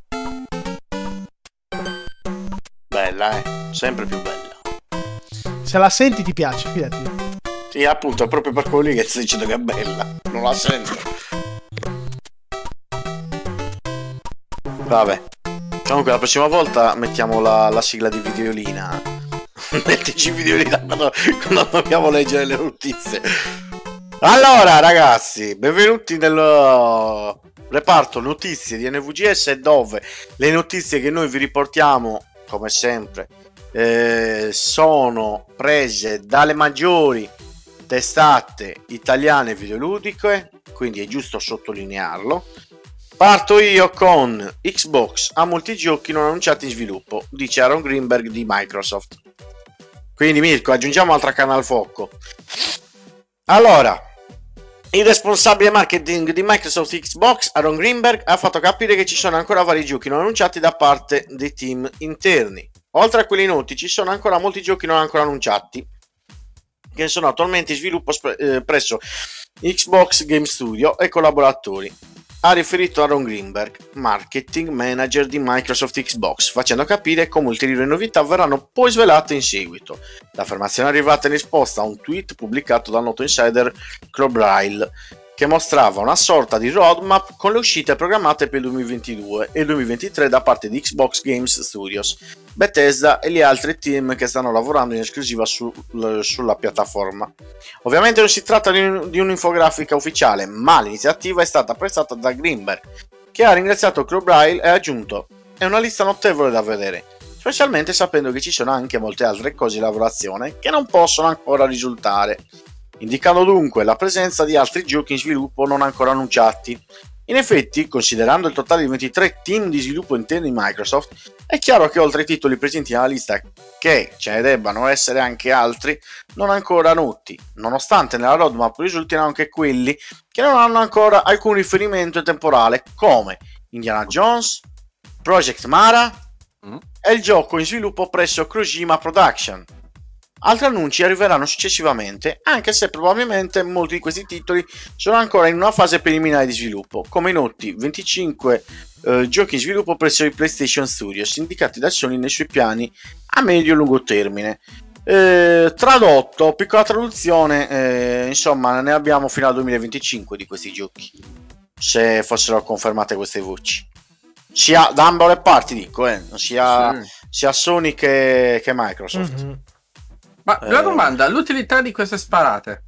Bella, sempre più bella. Se la senti ti piace, fidati. Sì, appunto, è proprio per quello lì che stai dicendo che è bella. Non la sento. Vabbè. Comunque la prossima volta mettiamo la sigla di Videolina. Mettici Videolina quando dobbiamo leggere le notizie. Allora ragazzi, benvenuti nel reparto notizie di NVGS, dove le notizie che noi vi riportiamo, come sempre, sono prese dalle maggiori testate italiane videoludiche, quindi è giusto sottolinearlo. Parto io con Xbox ha molti giochi non annunciati in sviluppo, dice Aaron Greenberg di Microsoft. Quindi Mirko, aggiungiamo altra canna al fuoco. Allora, il responsabile marketing di Microsoft Xbox, Aaron Greenberg, ha fatto capire che ci sono ancora vari giochi non annunciati da parte dei team interni. Oltre a quelli noti, ci sono ancora molti giochi non ancora annunciati, che sono attualmente in sviluppo presso Xbox Game Studio e collaboratori. Ha riferito Aaron Greenberg, marketing manager di Microsoft Xbox, facendo capire come ulteriori novità verranno poi svelate in seguito. L'affermazione è arrivata in risposta a un tweet pubblicato dal noto insider Clobryle, che mostrava una sorta di roadmap con le uscite programmate per il 2022 e il 2023 da parte di Xbox Games Studios, Bethesda e gli altri team che stanno lavorando in esclusiva sulla piattaforma. Ovviamente non si tratta di un'infografica ufficiale, ma l'iniziativa è stata apprezzata da Greenberg, che ha ringraziato Crow Braille e ha aggiunto: è una lista notevole da vedere, specialmente sapendo che ci sono anche molte altre cose in lavorazione che non possono ancora risultare, indicando dunque la presenza di altri giochi in sviluppo non ancora annunciati. In effetti, considerando il totale di 23 team di sviluppo interni di Microsoft, è chiaro che oltre ai titoli presenti nella lista che ce ne debbano essere anche altri non ancora noti, nonostante nella roadmap risultino anche quelli che non hanno ancora alcun riferimento temporale, come Indiana Jones, Project Mara e il gioco in sviluppo presso Kojima Production. Altri annunci arriveranno successivamente, anche se probabilmente molti di questi titoli sono ancora in una fase preliminare di sviluppo, come i noti 25 giochi in sviluppo presso i PlayStation Studios, indicati da Sony nei suoi piani a medio e lungo termine. Tradotto, piccola traduzione, insomma, ne abbiamo fino al 2025 di questi giochi, se fossero confermate queste voci. Sia da ambo le parti, dico, sia Sony che Microsoft. Mm-hmm. Ma la domanda, l'utilità di queste sparate?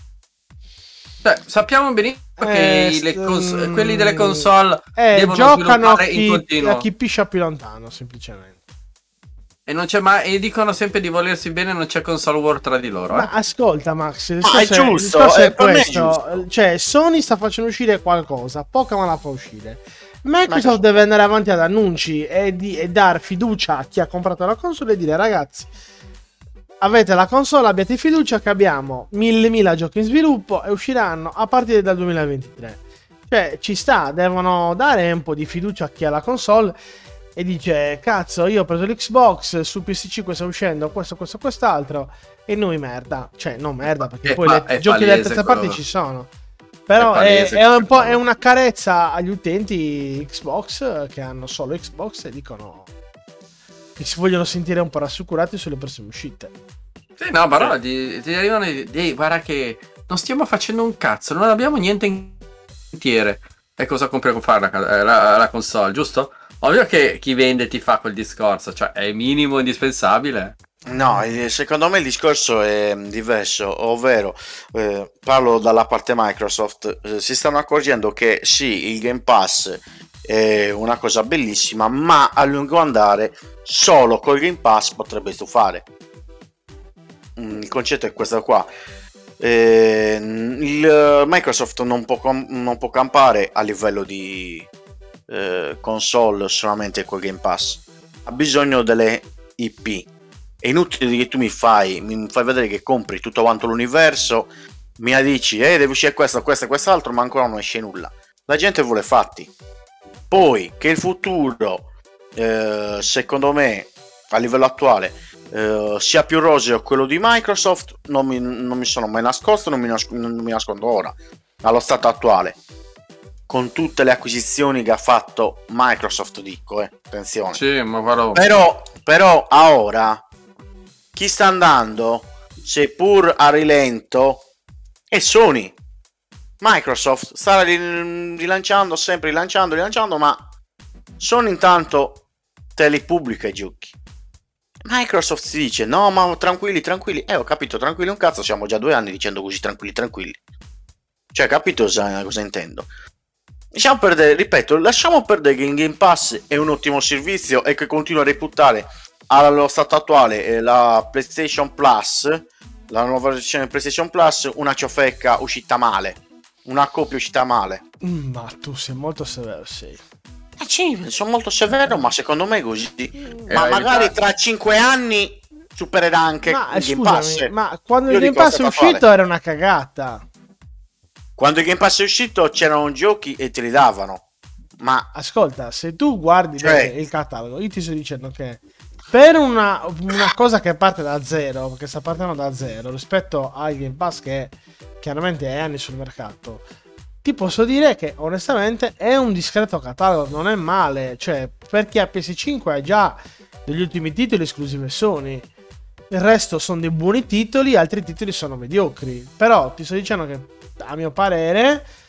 Cioè, sappiamo benissimo che quelli delle console devono giocano sviluppare in continuo. A chi piscia più lontano, semplicemente. E non c'è mai, e dicono sempre di volersi bene, non c'è console war tra di loro. Ma ascolta, Max, il è giusto, discorso è per me è questo. giusto. Cioè, Sony sta facendo uscire qualcosa, Pokémon la fa uscire. Microsoft deve andare avanti ad annunci e dar fiducia a chi ha comprato la console e dire: ragazzi, avete la console, abbiate fiducia che abbiamo 1000 giochi in sviluppo e usciranno a partire dal 2023. Cioè, ci sta, devono dare un po' di fiducia a chi ha la console e dice: cazzo, io ho preso l'Xbox, su PS5 sta uscendo questo, quest'altro, e noi merda. Cioè, non merda, perché poi i giochi delle terze parti ci sono. Però è una carezza agli utenti Xbox che hanno solo Xbox e dicono che si vogliono sentire un po' rassicurati sulle prossime uscite. Sì, no, però ti arrivano guarda che non stiamo facendo un cazzo, non abbiamo niente in cantiere. E cosa compriamo fare la console, giusto? Ovvio che chi vende ti fa quel discorso, cioè è minimo indispensabile. No, secondo me il discorso è diverso, ovvero parlo dalla parte Microsoft, si stanno accorgendo che sì, il Game Pass è una cosa bellissima, ma a lungo andare solo col Game Pass potrebbe stufare. Il concetto è questo qua. Microsoft non può campare a livello di console solamente col Game Pass, ha bisogno delle IP. È inutile che tu mi fai vedere che compri tutto quanto l'universo, mi dici deve uscire questo e quest'altro, ma ancora non esce nulla. La gente vuole fatti. Poi che il futuro secondo me a livello attuale sia più roseo quello di Microsoft non mi sono mai nascosto, non mi nascondo ora, allo stato attuale, con tutte le acquisizioni che ha fatto Microsoft, dico attenzione. Sì, ma guarda. Però a ora chi sta andando, seppur a rilento, è Sony. Microsoft sta rilanciando, ma Sony intanto te li pubblica i giochi. Microsoft si dice: no, ma tranquilli, ho capito, tranquilli un cazzo, siamo già 2 anni dicendo così, tranquilli. Cioè, capito cosa intendo? Lasciamo perdere che il Game Pass è un ottimo servizio e che continua a reputare allo stato attuale la PlayStation Plus, la nuova versione PlayStation Plus, una ciofecca uscita male, una copia uscita male. Ma tu sei molto severo, sei. Sì, sono molto severo, ma secondo me è così. Ma magari tra 5 anni supererà anche il Game Pass. Ma quando il Game Pass è uscito era una cagata. Quando il Game Pass è uscito c'erano giochi e te li davano. Ma ascolta, se tu guardi il catalogo, io ti sto dicendo che per una cosa che parte da zero, perché sta partendo da zero rispetto al Game Pass che chiaramente è anni sul mercato, ti posso dire che onestamente è un discreto catalogo, non è male. Cioè, per chi ha PS5 ha già degli ultimi titoli esclusivi Sony, il resto sono dei buoni titoli, altri titoli sono mediocri. Però ti sto dicendo che a mio parere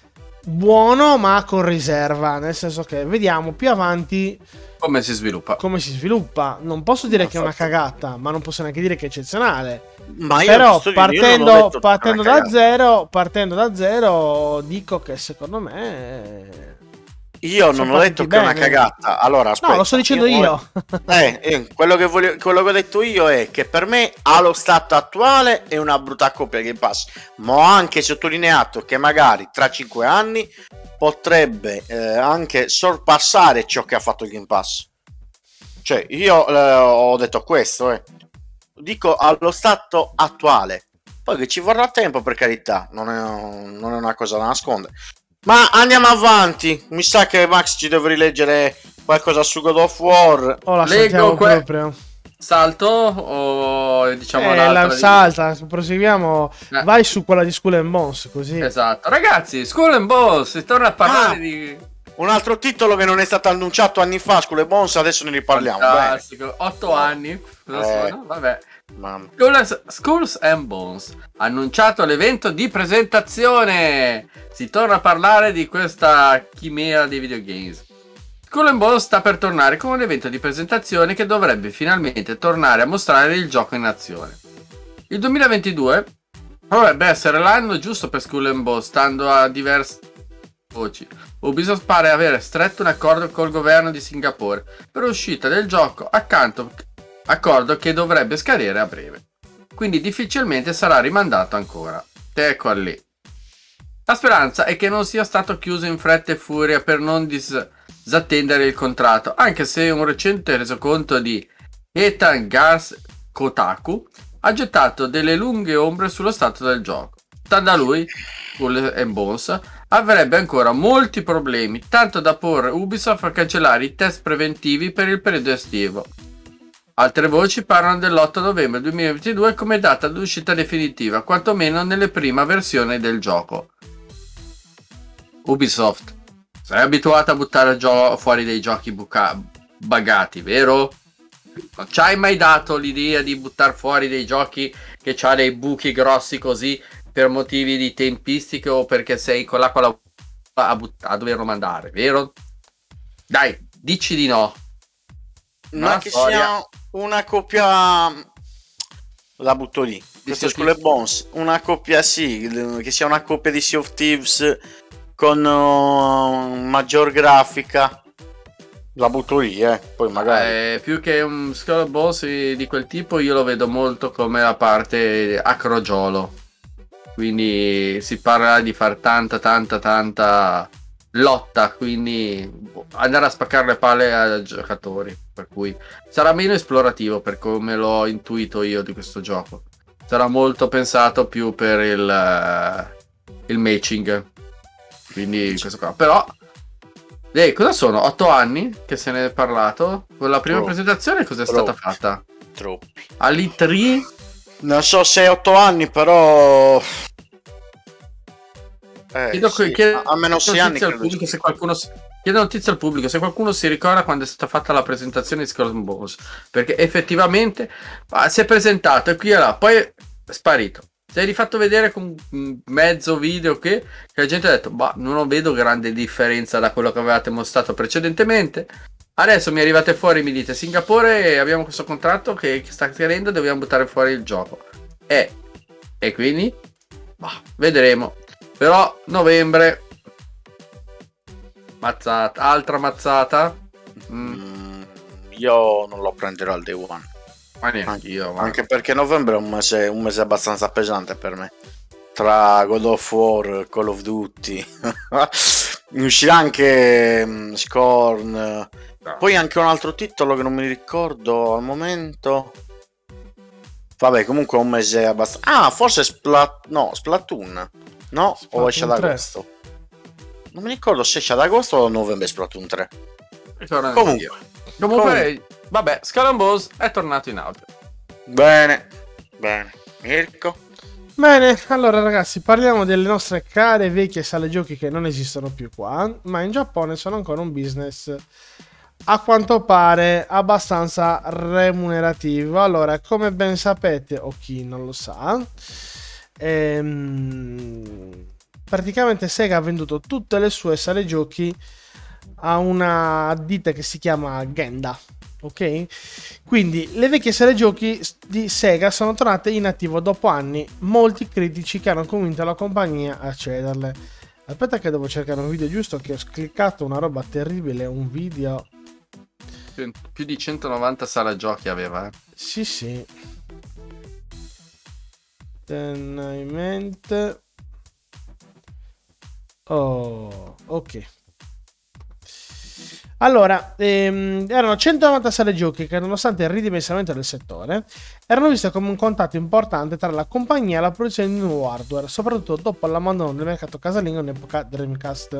buono ma con riserva, nel senso che vediamo più avanti come si sviluppa. Non posso dire che è una cagata, ma non posso neanche dire che è eccezionale. Ma io Però partendo partendo da zero dico che secondo me io non ho detto che è una cagata. Allora, aspetta, no, lo sto dicendo io. Quello che ho detto io è che per me, allo stato attuale, è una brutta copia Game Pass. Ma ho anche sottolineato che magari tra 5 anni potrebbe anche sorpassare ciò che ha fatto il Game Pass. Cioè, io ho detto questo, dico allo stato attuale. Poi che ci vorrà tempo, per carità, non è una cosa da nascondere. Ma andiamo avanti. Mi sa che Max ci deve rileggere qualcosa su God of War. La saltiamo proprio. Salto o diciamo l'altra? Salta, proseguiamo. Vai su quella di Skull and Bones, così. Esatto. Ragazzi, Skull and Bones, si torna a parlare di un altro titolo che non è stato annunciato anni fa, Skull and Bones, adesso ne riparliamo. Fantastico. 8 anni. Vabbè. Skulls and Bones, annunciato l'evento di presentazione. Si torna a parlare di questa chimera dei videogames. Skull and Bones sta per tornare con un evento di presentazione che dovrebbe finalmente tornare a mostrare il gioco in azione. Il 2022 dovrebbe essere l'anno giusto per Skull and Bones, stando a diverse voci. Ubisoft pare avere stretto un accordo col governo di Singapore per l'uscita del gioco, accordo che dovrebbe scadere a breve. Quindi difficilmente sarà rimandato ancora. Ecco lì. La speranza è che non sia stato chiuso in fretta e furia per non disattendere il contratto, anche se un recente resoconto di Ethan Gars Kotaku ha gettato delle lunghe ombre sullo stato del gioco. Stando a lui, Skull and Bones avrebbe ancora molti problemi, tanto da porre Ubisoft a cancellare i test preventivi per il periodo estivo. Altre voci parlano dell'8 novembre 2022 come data d'uscita definitiva, quantomeno nelle prime versioni del gioco. Ubisoft, sei abituata a buttare fuori dei giochi buggati, vero? Non ci hai mai dato l'idea di buttare fuori dei giochi che c'ha dei buchi grossi così per motivi di tempistiche o perché sei con la a doverlo mandare, vero? Dai, dici di no. Ma che sia una coppia, la butto lì. Questo Skull and Bones, una coppia, sì, che sia una coppia di Sea of Thieves con maggior grafica, la butto lì, poi magari. Più che un Skull and Bones di quel tipo, io lo vedo molto come la parte a crogiolo. Quindi si parla di far tanta lotta, quindi andare a spaccare le palle ai giocatori, per cui sarà meno esplorativo per come l'ho intuito io di questo gioco. Sarà molto pensato più per il matching, quindi questo qua. Però cosa sono? 8 anni che se ne è parlato? Con la prima presentazione cos'è stata fatta? Troppi. All'E3? Non so se 8 anni, però chiedo almeno 6 anni chiedo notizie al pubblico se qualcuno si ricorda quando è stata fatta la presentazione di Skull and Bones, perché effettivamente si è presentato e qui e là, poi è sparito. Si è rifatto vedere con mezzo video che la gente ha detto non vedo grande differenza da quello che avevate mostrato precedentemente. Adesso mi arrivate fuori e mi dite Singapore, abbiamo questo contratto che sta cadendo, dobbiamo buttare fuori il gioco. E quindi vedremo. Però novembre, altra mazzata. Io non lo prenderò al day one. Anche perché novembre è un mese abbastanza pesante per me. Tra God of War, Call of Duty, uscirà anche Scorn. Poi anche un altro titolo che non mi ricordo al momento. Vabbè, comunque un mese abbastanza. Forse Splatoon. No, o esce ad agosto. Non mi ricordo se esce ad agosto o a novembre Splatoon 3. Comunque, vabbè, Skull and Bones è tornato in auge. Bene. Mirko? Bene, allora ragazzi, parliamo delle nostre care vecchie sale giochi che non esistono più qua, ma in Giappone sono ancora un business a quanto pare abbastanza remunerativo. Allora, come ben sapete, o chi non lo sa, praticamente Sega ha venduto tutte le sue sale giochi a una ditta che si chiama Genda, ok? Quindi le vecchie sale giochi di Sega sono tornate in attivo dopo anni, molti critici che hanno convinto la compagnia a cederle. Aspetta che devo cercare un video giusto, che ho cliccato una roba terribile, un video... Più di 190 sala giochi aveva. Sì. Tenamente. Oh, ok. Allora, erano 190 sale giochi che, nonostante il ridimensionamento del settore, erano viste come un contatto importante tra la compagnia e la produzione di nuovo hardware, soprattutto dopo l'abbandono del mercato casalingo in epoca Dreamcast.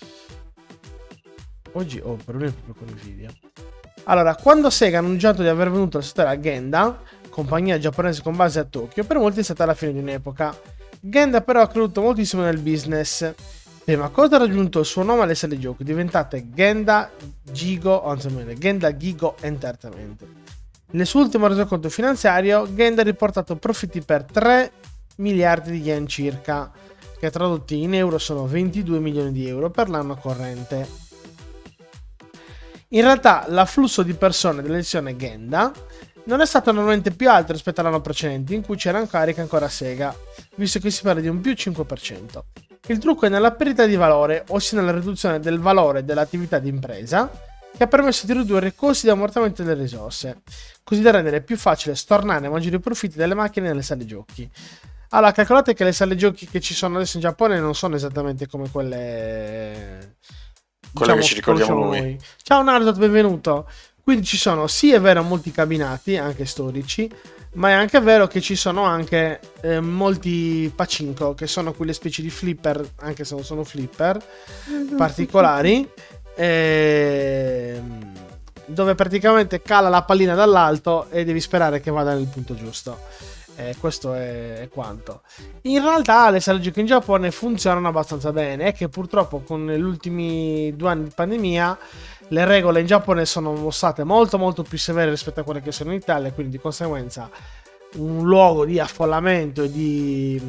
Oggi ho problemi proprio con i video. Allora, quando Sega ha annunciato di aver venuto al settore a Genda, compagnia giapponese con base a Tokyo, per molti è stata la fine di un'epoca. Genda però ha creduto moltissimo nel business. Prima cosa ha raggiunto il suo nome alle sale giochi, diventate Genda Gigo Entertainment. Nel suo ultimo resoconto finanziario, Genda ha riportato profitti per 3 miliardi di yen circa, che tradotti in euro sono 22 milioni di euro per l'anno corrente. In realtà l'afflusso di persone dell'edizione Genda non è stato normalmente più alto rispetto all'anno precedente, in cui c'era in carica ancora Sega, visto che si parla di un più 5%. Il trucco è nella perdita di valore, ossia nella riduzione del valore dell'attività di impresa, che ha permesso di ridurre i costi di ammortamento delle risorse, così da rendere più facile stornare maggiori profitti delle macchine nelle sale giochi. Allora, calcolate che le sale giochi che ci sono adesso in Giappone non sono esattamente come quelle che ci ricordiamo noi. Ciao Naruto, benvenuto. Quindi ci sono, sì è vero, molti cabinati, anche storici, ma è anche vero che ci sono anche molti pachinko, che sono quelle specie di flipper, anche se non sono flipper, particolari, dove praticamente cala la pallina dall'alto e devi sperare che vada nel punto giusto. Questo è quanto. In realtà le sale giochi in Giappone funzionano abbastanza bene, è che purtroppo con gli ultimi 2 anni di pandemia le regole in Giappone sono state molto più severe rispetto a quelle che sono in Italia, quindi di conseguenza un luogo di affollamento e di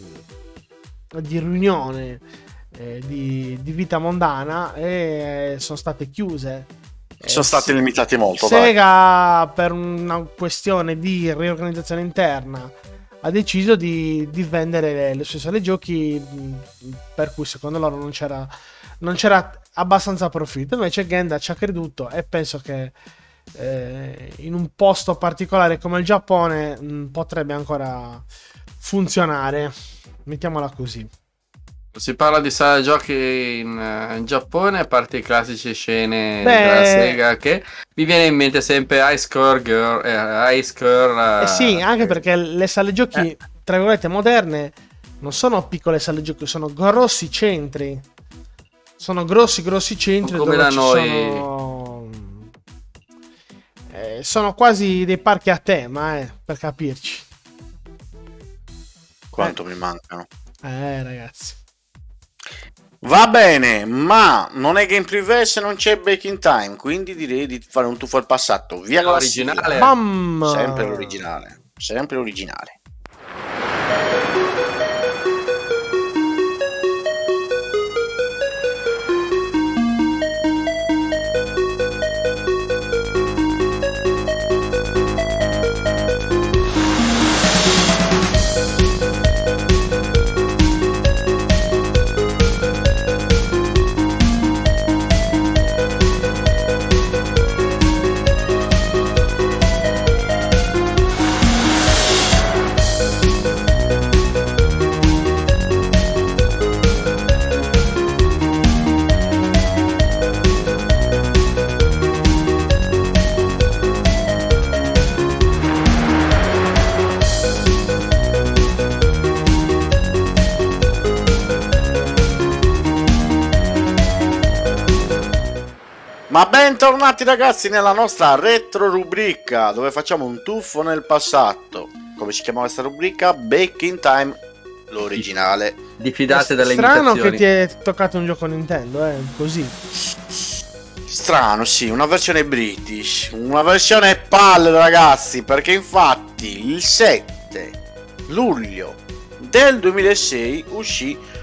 riunione, di vita mondana, e sono state chiuse. Sono stati limitati molto. Sega, per una questione di riorganizzazione interna, ha deciso di vendere le sue sale giochi, per cui secondo loro non c'era abbastanza profitto. Invece Genda ci ha creduto e penso che in un posto particolare come il Giappone potrebbe ancora funzionare, mettiamola così. Si parla di sala giochi in Giappone, a parte i classici scene della Sega, che mi viene in mente sempre Ice Core Girl. Sì, anche perché le sale giochi, tra virgolette, moderne non sono piccole sale giochi, sono grossi centri. Sono grossi centri come dove da ci noi. Sono quasi dei parchi a tema, per capirci. Quanto mi mancano. Ragazzi. Va bene, ma non è Gameplay Verse, non c'è Back in Time, quindi direi di fare un tuffo al passato. Via con l'originale. Sempre l'originale. Sempre l'originale. Ma bentornati ragazzi nella nostra retro rubrica, dove facciamo un tuffo nel passato. Come si chiama questa rubrica? Back in Time, l'originale. Diffidate dalle imitazioni. Strano che ti è toccato un gioco Nintendo, così. Strano, sì, una versione British, una versione PAL ragazzi, perché infatti il 7 luglio del 2006 uscì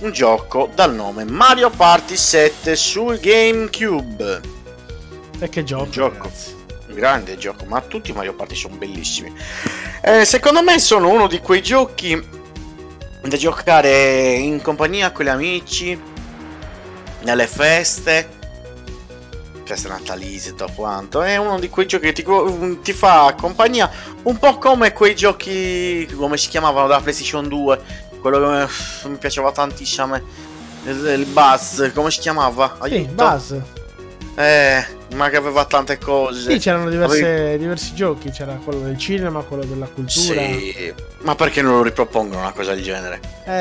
un gioco dal nome Mario Party 7 sul GameCube. E che gioco, ragazzi. Un grande gioco, ma tutti i Mario Party sono bellissimi. Secondo me sono uno di quei giochi da giocare in compagnia con gli amici, nelle feste natalizie, tutto quanto. È uno di quei giochi che ti fa compagnia, un po' come quei giochi, come si chiamavano, da PlayStation 2, quello che mi piaceva tantissimo, il Buzz, come si chiamava? Sì, Aiuto. Buzz. Ma che aveva tante cose. Sì, c'erano diversi giochi, c'era quello del cinema, quello della cultura. Sì, ma perché non lo ripropongono una cosa del genere?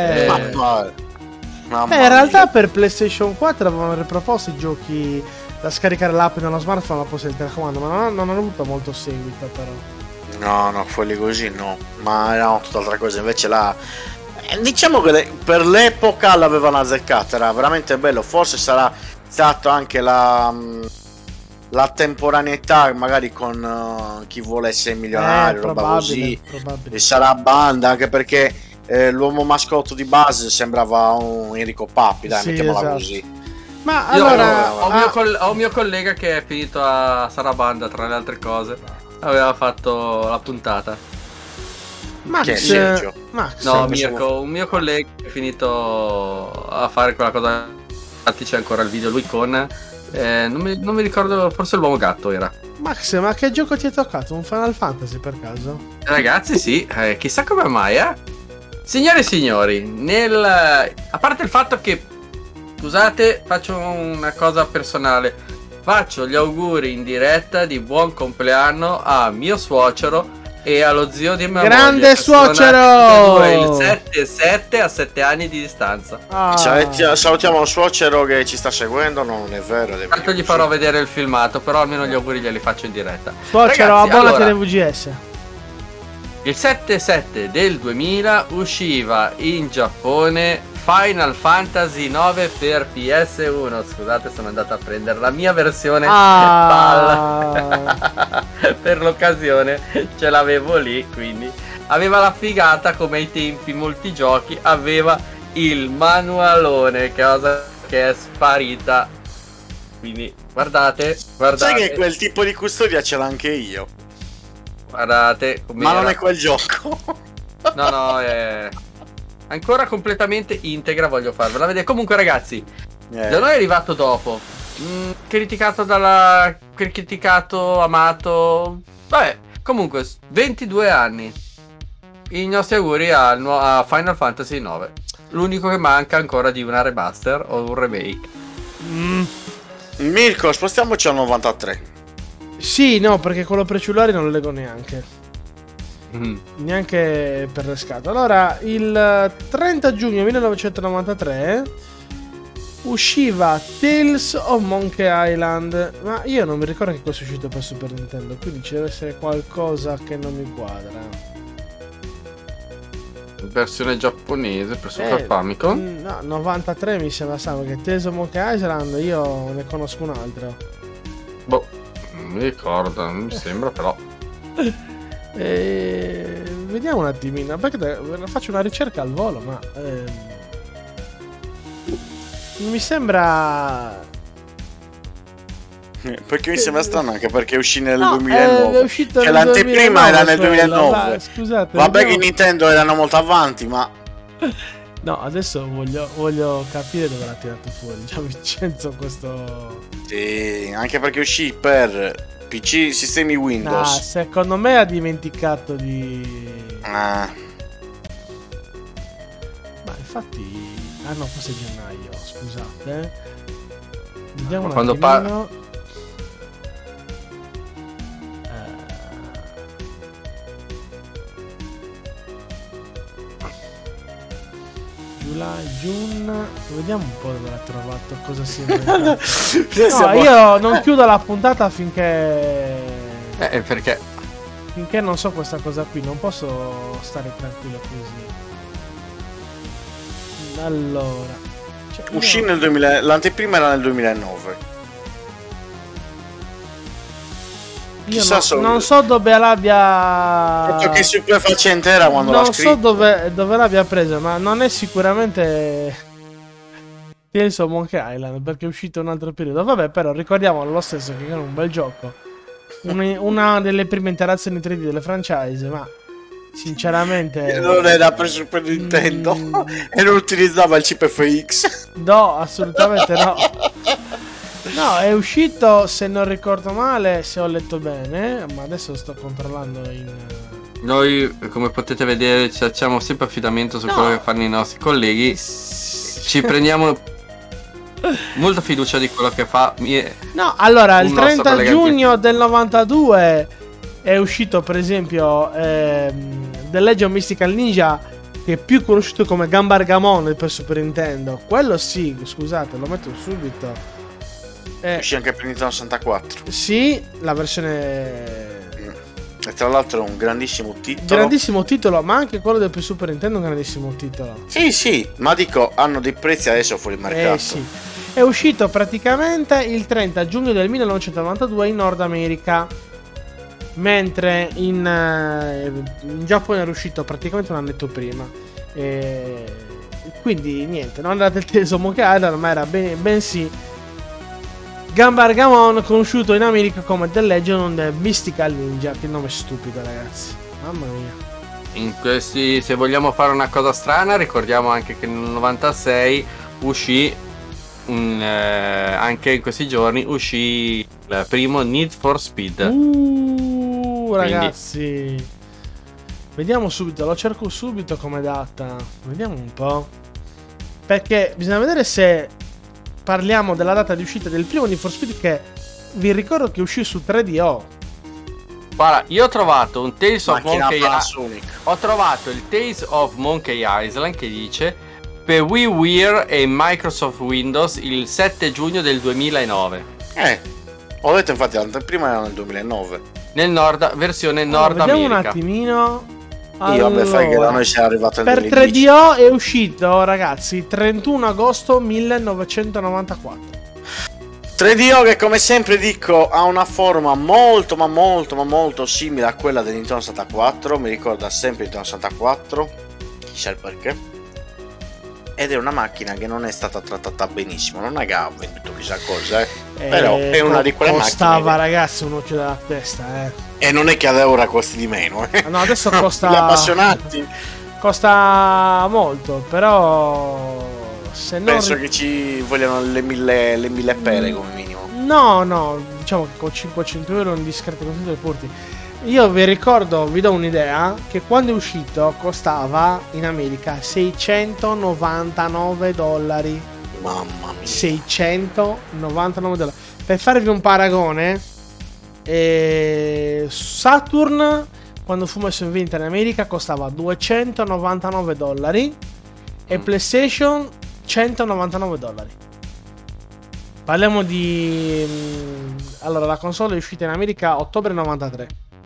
Mamma in realtà mia. per PlayStation 4 avevano riproposto i giochi da scaricare l'app nello smartphone, la posta del telecomando, ma non hanno avuto molto seguito, però. No, quelli così no, ma erano tutt'altra cosa. Invece là, diciamo che per l'epoca l'avevano azzeccata, era veramente bello. Forse sarà stato anche la temporaneità, magari con chi vuole essere milionario, roba così. Probabile. E sarà banda, anche perché l'uomo mascotto di Buzz sembrava un Enrico Papi, dai, Sì, mettiamola esatto. così. Ma Io allora ho un mio collega che è finito a Sarabanda, tra le altre cose. Aveva fatto la puntata. Che è Sergio? Max, No, Sì, Mirko, un mio collega è finito a fare quella cosa. Infatti c'è ancora il video lui con non mi ricordo, forse l'uomo gatto era. Max, ma che gioco ti è toccato? Un Final Fantasy per caso? Ragazzi, sì, chissà come mai, Signore e signori, a parte il fatto che, scusate, faccio una cosa personale. Faccio gli auguri in diretta di buon compleanno a mio suocero e allo zio di mia Grande moglie, che sono suocero! nati il 7-7 a 7 anni di distanza. Salutiamo lo suocero che ci sta seguendo. Non è vero, Tanto gli farò vedere il filmato, però almeno gli auguri glieli faccio in diretta. Suocero, Ragazzi, abbonati allora, alle VGS. il 7-7 del 2000 usciva in Giappone Final Fantasy 9 per PS1. Scusate, sono andato a prendere la mia versione PAL per l'occasione, ce l'avevo lì, quindi aveva la figata, come ai tempi molti giochi, aveva il manualone, cosa che è sparita. Quindi guardate. Sai che quel tipo di custodia ce l'ho anche io. Guardate Ma non è quel gioco. No, è ancora completamente integra, voglio farvela vedere. Comunque ragazzi, da noi è arrivato dopo, criticato, amato. Vabbè, comunque 22 anni. I nostri auguri a Final Fantasy 9. L'unico che manca ancora di una remaster o un remake. Mirko, spostiamoci al 93. Sì, no, perché quello per cellulari non lo leggo neanche. Neanche per le scatole. Allora, il 30 giugno 1993 usciva Tales of Monkey Island. Ma io non mi ricordo che questo è uscito per Super Nintendo, quindi ci deve essere qualcosa che non mi quadra. Versione giapponese per Super Famicom. No, 93 mi sembra strano, che Tales of Monkey Island io ne conosco un altro. Boh, non mi ricordo, non mi sembra però. Vediamo un attimino, perché faccio una ricerca al volo, ma mi sembra. Perché mi sembra strano, anche perché uscì nel No, 2009. è uscito Cioè, nel l'anteprima 2009, era nel quello. 2009. Scusate, Vabbè, vediamo. che Nintendo erano molto avanti, ma No, adesso voglio capire dove l'ha tirato fuori già Vincenzo questo. sì, anche perché uscì per PC, sistemi No, Windows. secondo me ha dimenticato di. Ah, Ma infatti. Ah no, forse è gennaio, scusate. Vediamo un Quando attimino. June, vediamo un po' dove l'ha trovato, cosa si è inventato. No, io non chiudo la puntata finché non so questa cosa qui, non posso stare tranquillo così. Allora, uscì nel 2000, l'anteprima era nel 2009. Io non so dove l'abbia. Detto che stupefacente era quando Non l'ha so scritto. dove l'abbia presa, ma non è sicuramente Tales of Monkey Island, perché è uscito un altro periodo. Vabbè, però ricordiamolo lo stesso che era un bel gioco. Una delle prime interazioni 3D delle franchise, ma sinceramente non era per Super Nintendo e non utilizzava il chip FX. no, assolutamente no. No, è uscito, se non ricordo male, se ho letto bene, ma adesso sto controllando in... Noi, come potete vedere, ci facciamo sempre affidamento su quello che fanno i nostri colleghi. Ci prendiamo molta fiducia di quello che fa. No, allora, il un nostro 30 collega giugno del 92 è uscito, per esempio, The Legend of Mystical Ninja, che è più conosciuto come Gambargamon per Super Nintendo. Quello sì, scusate, lo metto subito. Uscì anche per Nintendo 64. Sì, la versione... E tra l'altro è un grandissimo titolo. Grandissimo titolo, ma anche quello del Super Nintendo è un grandissimo titolo. Sì, ma dico, hanno dei prezzi adesso fuori mercato. Sì. È uscito praticamente il 30 giugno del 1992 in Nord America, mentre in Giappone era uscito praticamente un annetto prima. Quindi niente, non era del Tales of Monkey Island, ma era bensì Gambargamon, conosciuto in America come The Legend of Mystical Ninja. Che nome stupido, ragazzi, mamma mia. In questi, se vogliamo fare una cosa strana, ricordiamo anche che nel 96 uscì anche in questi giorni uscì il primo Need for Speed. Ragazzi, vediamo subito, lo cerco subito come data. Vediamo un po', perché bisogna vedere se parliamo della data di uscita del primo Need for Speed, che vi ricordo che uscì su 3DO. Guarda, io ho trovato un Tales of Monkey Panasonic. Ho trovato il Tales of Monkey Island che dice per WiiWare e Microsoft Windows il 7 giugno del 2009. Ho detto infatti l'anteprima era nel 2009. Versione Nord Vediamo America. un attimino. Io vabbè, fai che da noi sia arrivato il per 2010. 3DO è uscito, ragazzi, 31 agosto 1994. 3DO che, come sempre dico, ha una forma molto simile a quella del Nintendo 64. Mi ricorda sempre Nintendo 64, chissà il perché. Ed è una macchina che non è stata trattata benissimo. Non è che ha venduto chissà cosa, però è una di quelle costava, macchine. ragazzi, un occhio dalla testa, E non è che ad ora costi di meno. No, adesso costa. Gli appassionati. Costa molto, però. Se non Penso che ci vogliano le mille pere come minimo. No, diciamo che con 500 euro in discreti contenuti li porti. Io vi ricordo, vi do un'idea, che quando è uscito costava in America $699. Mamma mia. $699. Per farvi un paragone, Saturn, quando fu messo in vendita in America, costava $299 e PlayStation $199. Parliamo di... Allora, la console è uscita in America a ottobre 93.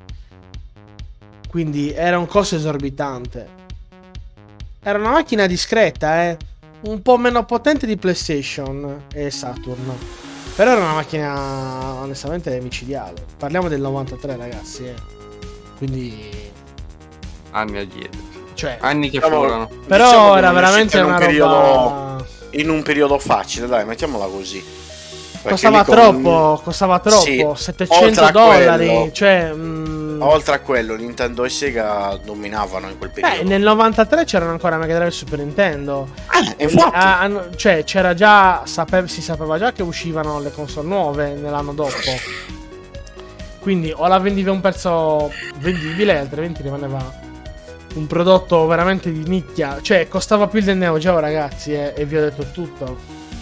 Quindi era un costo esorbitante. Era una macchina discreta, un po' meno potente di PlayStation e Saturn. Però era una macchina onestamente micidiale. Parliamo del 93, ragazzi, Quindi... Anni addietro. Cioè... Anni che Diciamo, furono. Però diciamo che era non è veramente uscita una roba... in un periodo facile, dai, mettiamola così. Perché Costava troppo, sì, $700, quello, cioè... oltre a quello, Nintendo e Sega dominavano in quel periodo. nel 93 c'erano ancora Mega Drive e Super Nintendo. Infatti. Cioè, c'era già, si sapeva già che uscivano le console nuove nell'anno dopo. Quindi o la vendivi a un prezzo vendibile, altrimenti rimaneva un prodotto veramente di nicchia. Cioè, costava più del Neo Geo, ragazzi, e vi ho detto tutto.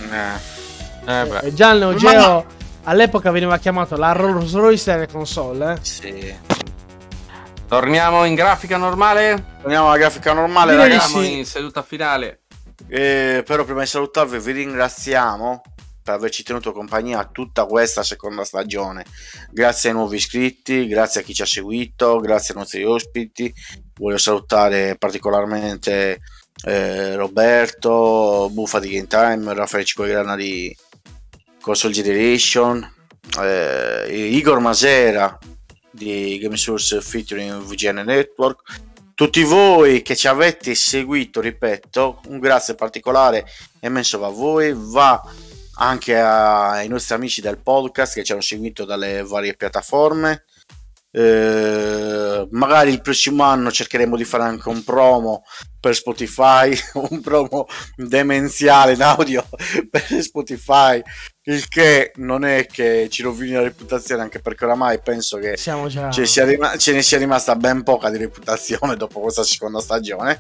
E già il Neo Geo all'epoca veniva chiamato la Rolls Royce delle console. Sì. Torniamo in grafica normale? Torniamo alla grafica normale, Direi ragazzi. Siamo sì. in seduta finale. Però prima di salutarvi vi ringraziamo per averci tenuto compagnia tutta questa seconda stagione. Grazie ai nuovi iscritti, grazie a chi ci ha seguito, grazie ai nostri ospiti. Voglio salutare particolarmente Roberto Buffa di Game Time, Raffaele Cicoigrana di Console Generation, Igor Masera di Game Source featuring VGN Network, tutti voi che ci avete seguito, ripeto, un grazie particolare e immenso va a voi, va anche ai nostri amici del podcast che ci hanno seguito dalle varie piattaforme. Magari il prossimo anno cercheremo di fare anche un promo per Spotify, un promo demenziale in audio per Spotify, il che non è che ci rovini la reputazione, anche perché oramai penso che Siamo già... ce ne sia rimasta ben poca di reputazione dopo questa seconda stagione.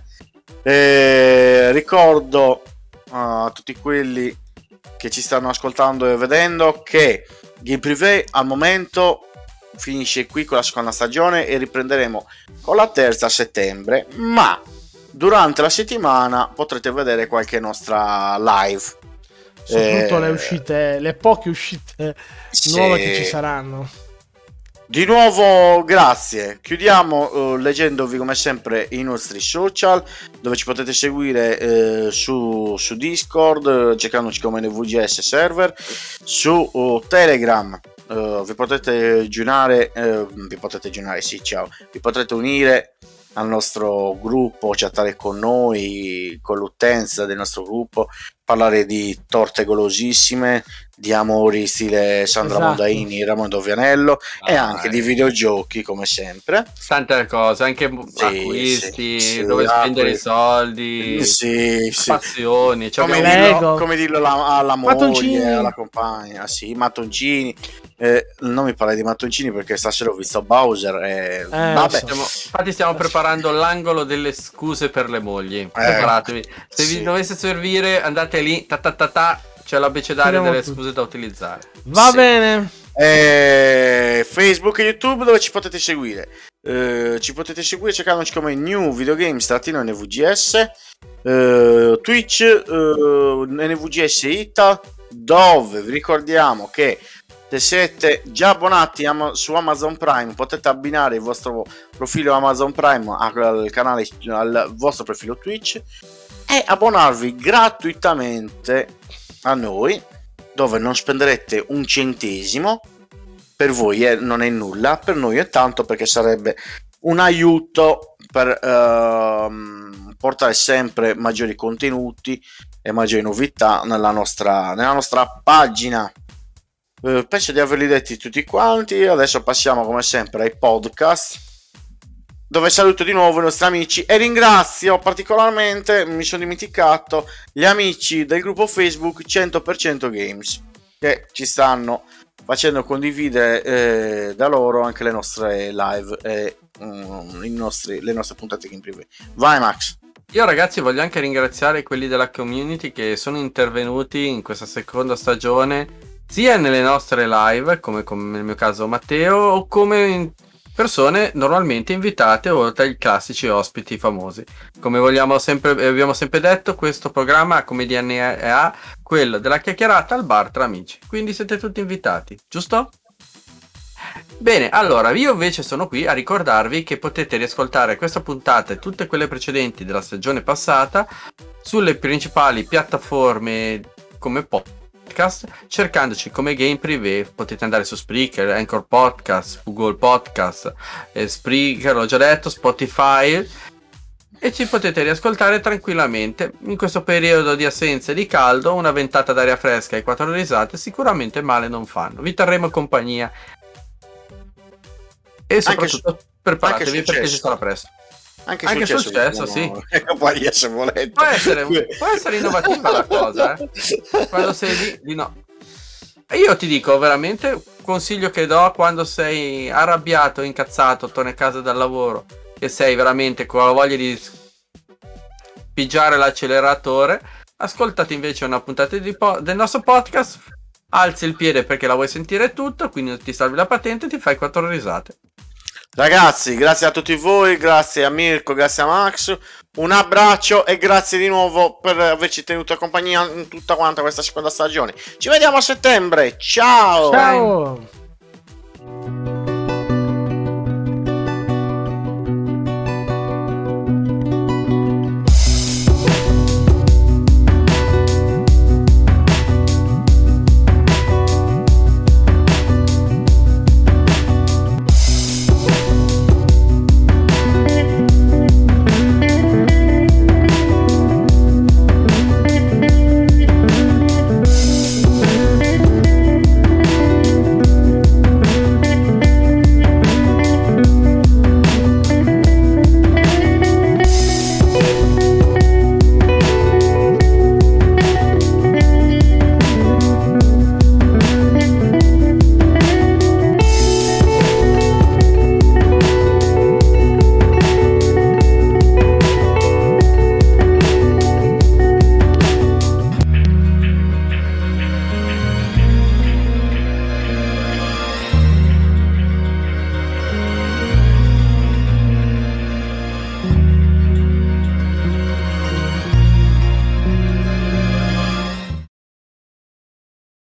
Ricordo a tutti quelli che ci stanno ascoltando e vedendo che Game Privé al momento finisce qui con la seconda stagione e riprenderemo con la terza a settembre, ma durante la settimana potrete vedere qualche nostra live, soprattutto le uscite, le poche uscite nuove che ci saranno. Di nuovo grazie, chiudiamo leggendovi come sempre i nostri social, dove ci potete seguire su Discord, cercandoci come NVGS server, su Telegram. Vi potete unire al nostro gruppo, chattare con noi, con l'utenza del nostro gruppo, parlare di torte golosissime, di amori stile Sandra Mondaini, Ramondo Vianello e anche di videogiochi come sempre, tante cose, anche acquisti, dove spendere i soldi, passioni, come dirlo alla moglie, alla compagna, mattoncini. Non mi parli di mattoncini perché stasera ho visto Bowser vabbè. Infatti stiamo preparando l'angolo delle scuse per le mogli, preparatevi, se vi dovesse servire andate lì, c'è l'abbecedario delle scuse da utilizzare. Va bene. Facebook e YouTube dove ci potete seguire, cercandoci come New Videogames _NVGS, Twitch NVGS Ita, dove vi ricordiamo che se siete già abbonati su Amazon Prime potete abbinare il vostro profilo Amazon Prime al canale, al vostro profilo Twitch e abbonarvi gratuitamente a noi, dove non spenderete un centesimo. Per voi non è nulla, per noi è tanto, perché sarebbe un aiuto per portare sempre maggiori contenuti e maggiori novità nella nostra pagina. Penso di averli detti tutti quanti. Adesso passiamo come sempre ai podcast, dove saluto di nuovo i nostri amici e ringrazio particolarmente, mi sono dimenticato, gli amici del gruppo Facebook 100% Games, che ci stanno facendo condividere da loro anche le nostre live e le nostre puntate in privé. Vai Max. Io ragazzi voglio anche ringraziare quelli della community che sono intervenuti in questa seconda stagione, sia nelle nostre live, come nel mio caso Matteo, o come persone normalmente invitate, oltre ai classici ospiti famosi. Come abbiamo sempre detto, questo programma ha come DNA quello della chiacchierata al bar tra amici, quindi siete tutti invitati, giusto? Bene, allora io invece sono qui a ricordarvi che potete riascoltare questa puntata e tutte quelle precedenti della stagione passata sulle principali piattaforme come podcast, cercandoci come Game Privé. Potete andare su Spreaker, Anchor Podcast, Google Podcast, Spreaker, l'ho già detto, Spotify, e ci potete riascoltare tranquillamente. In questo periodo di assenza e di caldo, una ventata d'aria fresca e 4 risate sicuramente male non fanno. Vi terremo compagnia e soprattutto preparatevi perché ci sarà presto. Anche successo, sì. Se volete. Può essere innovativa la cosa, quando sei lì no. Io ti dico veramente, consiglio che do quando sei arrabbiato, incazzato, torni a casa dal lavoro, che sei veramente con la voglia di pigiare l'acceleratore, ascoltati invece una puntata del nostro podcast, alzi il piede perché la vuoi sentire tutto, quindi ti salvi la patente e ti fai 4 risate. Ragazzi, grazie a tutti voi, grazie a Mirko, grazie a Max, un abbraccio e grazie di nuovo per averci tenuto compagnia in tutta quanta questa seconda stagione. Ci vediamo a settembre, ciao! Ciao!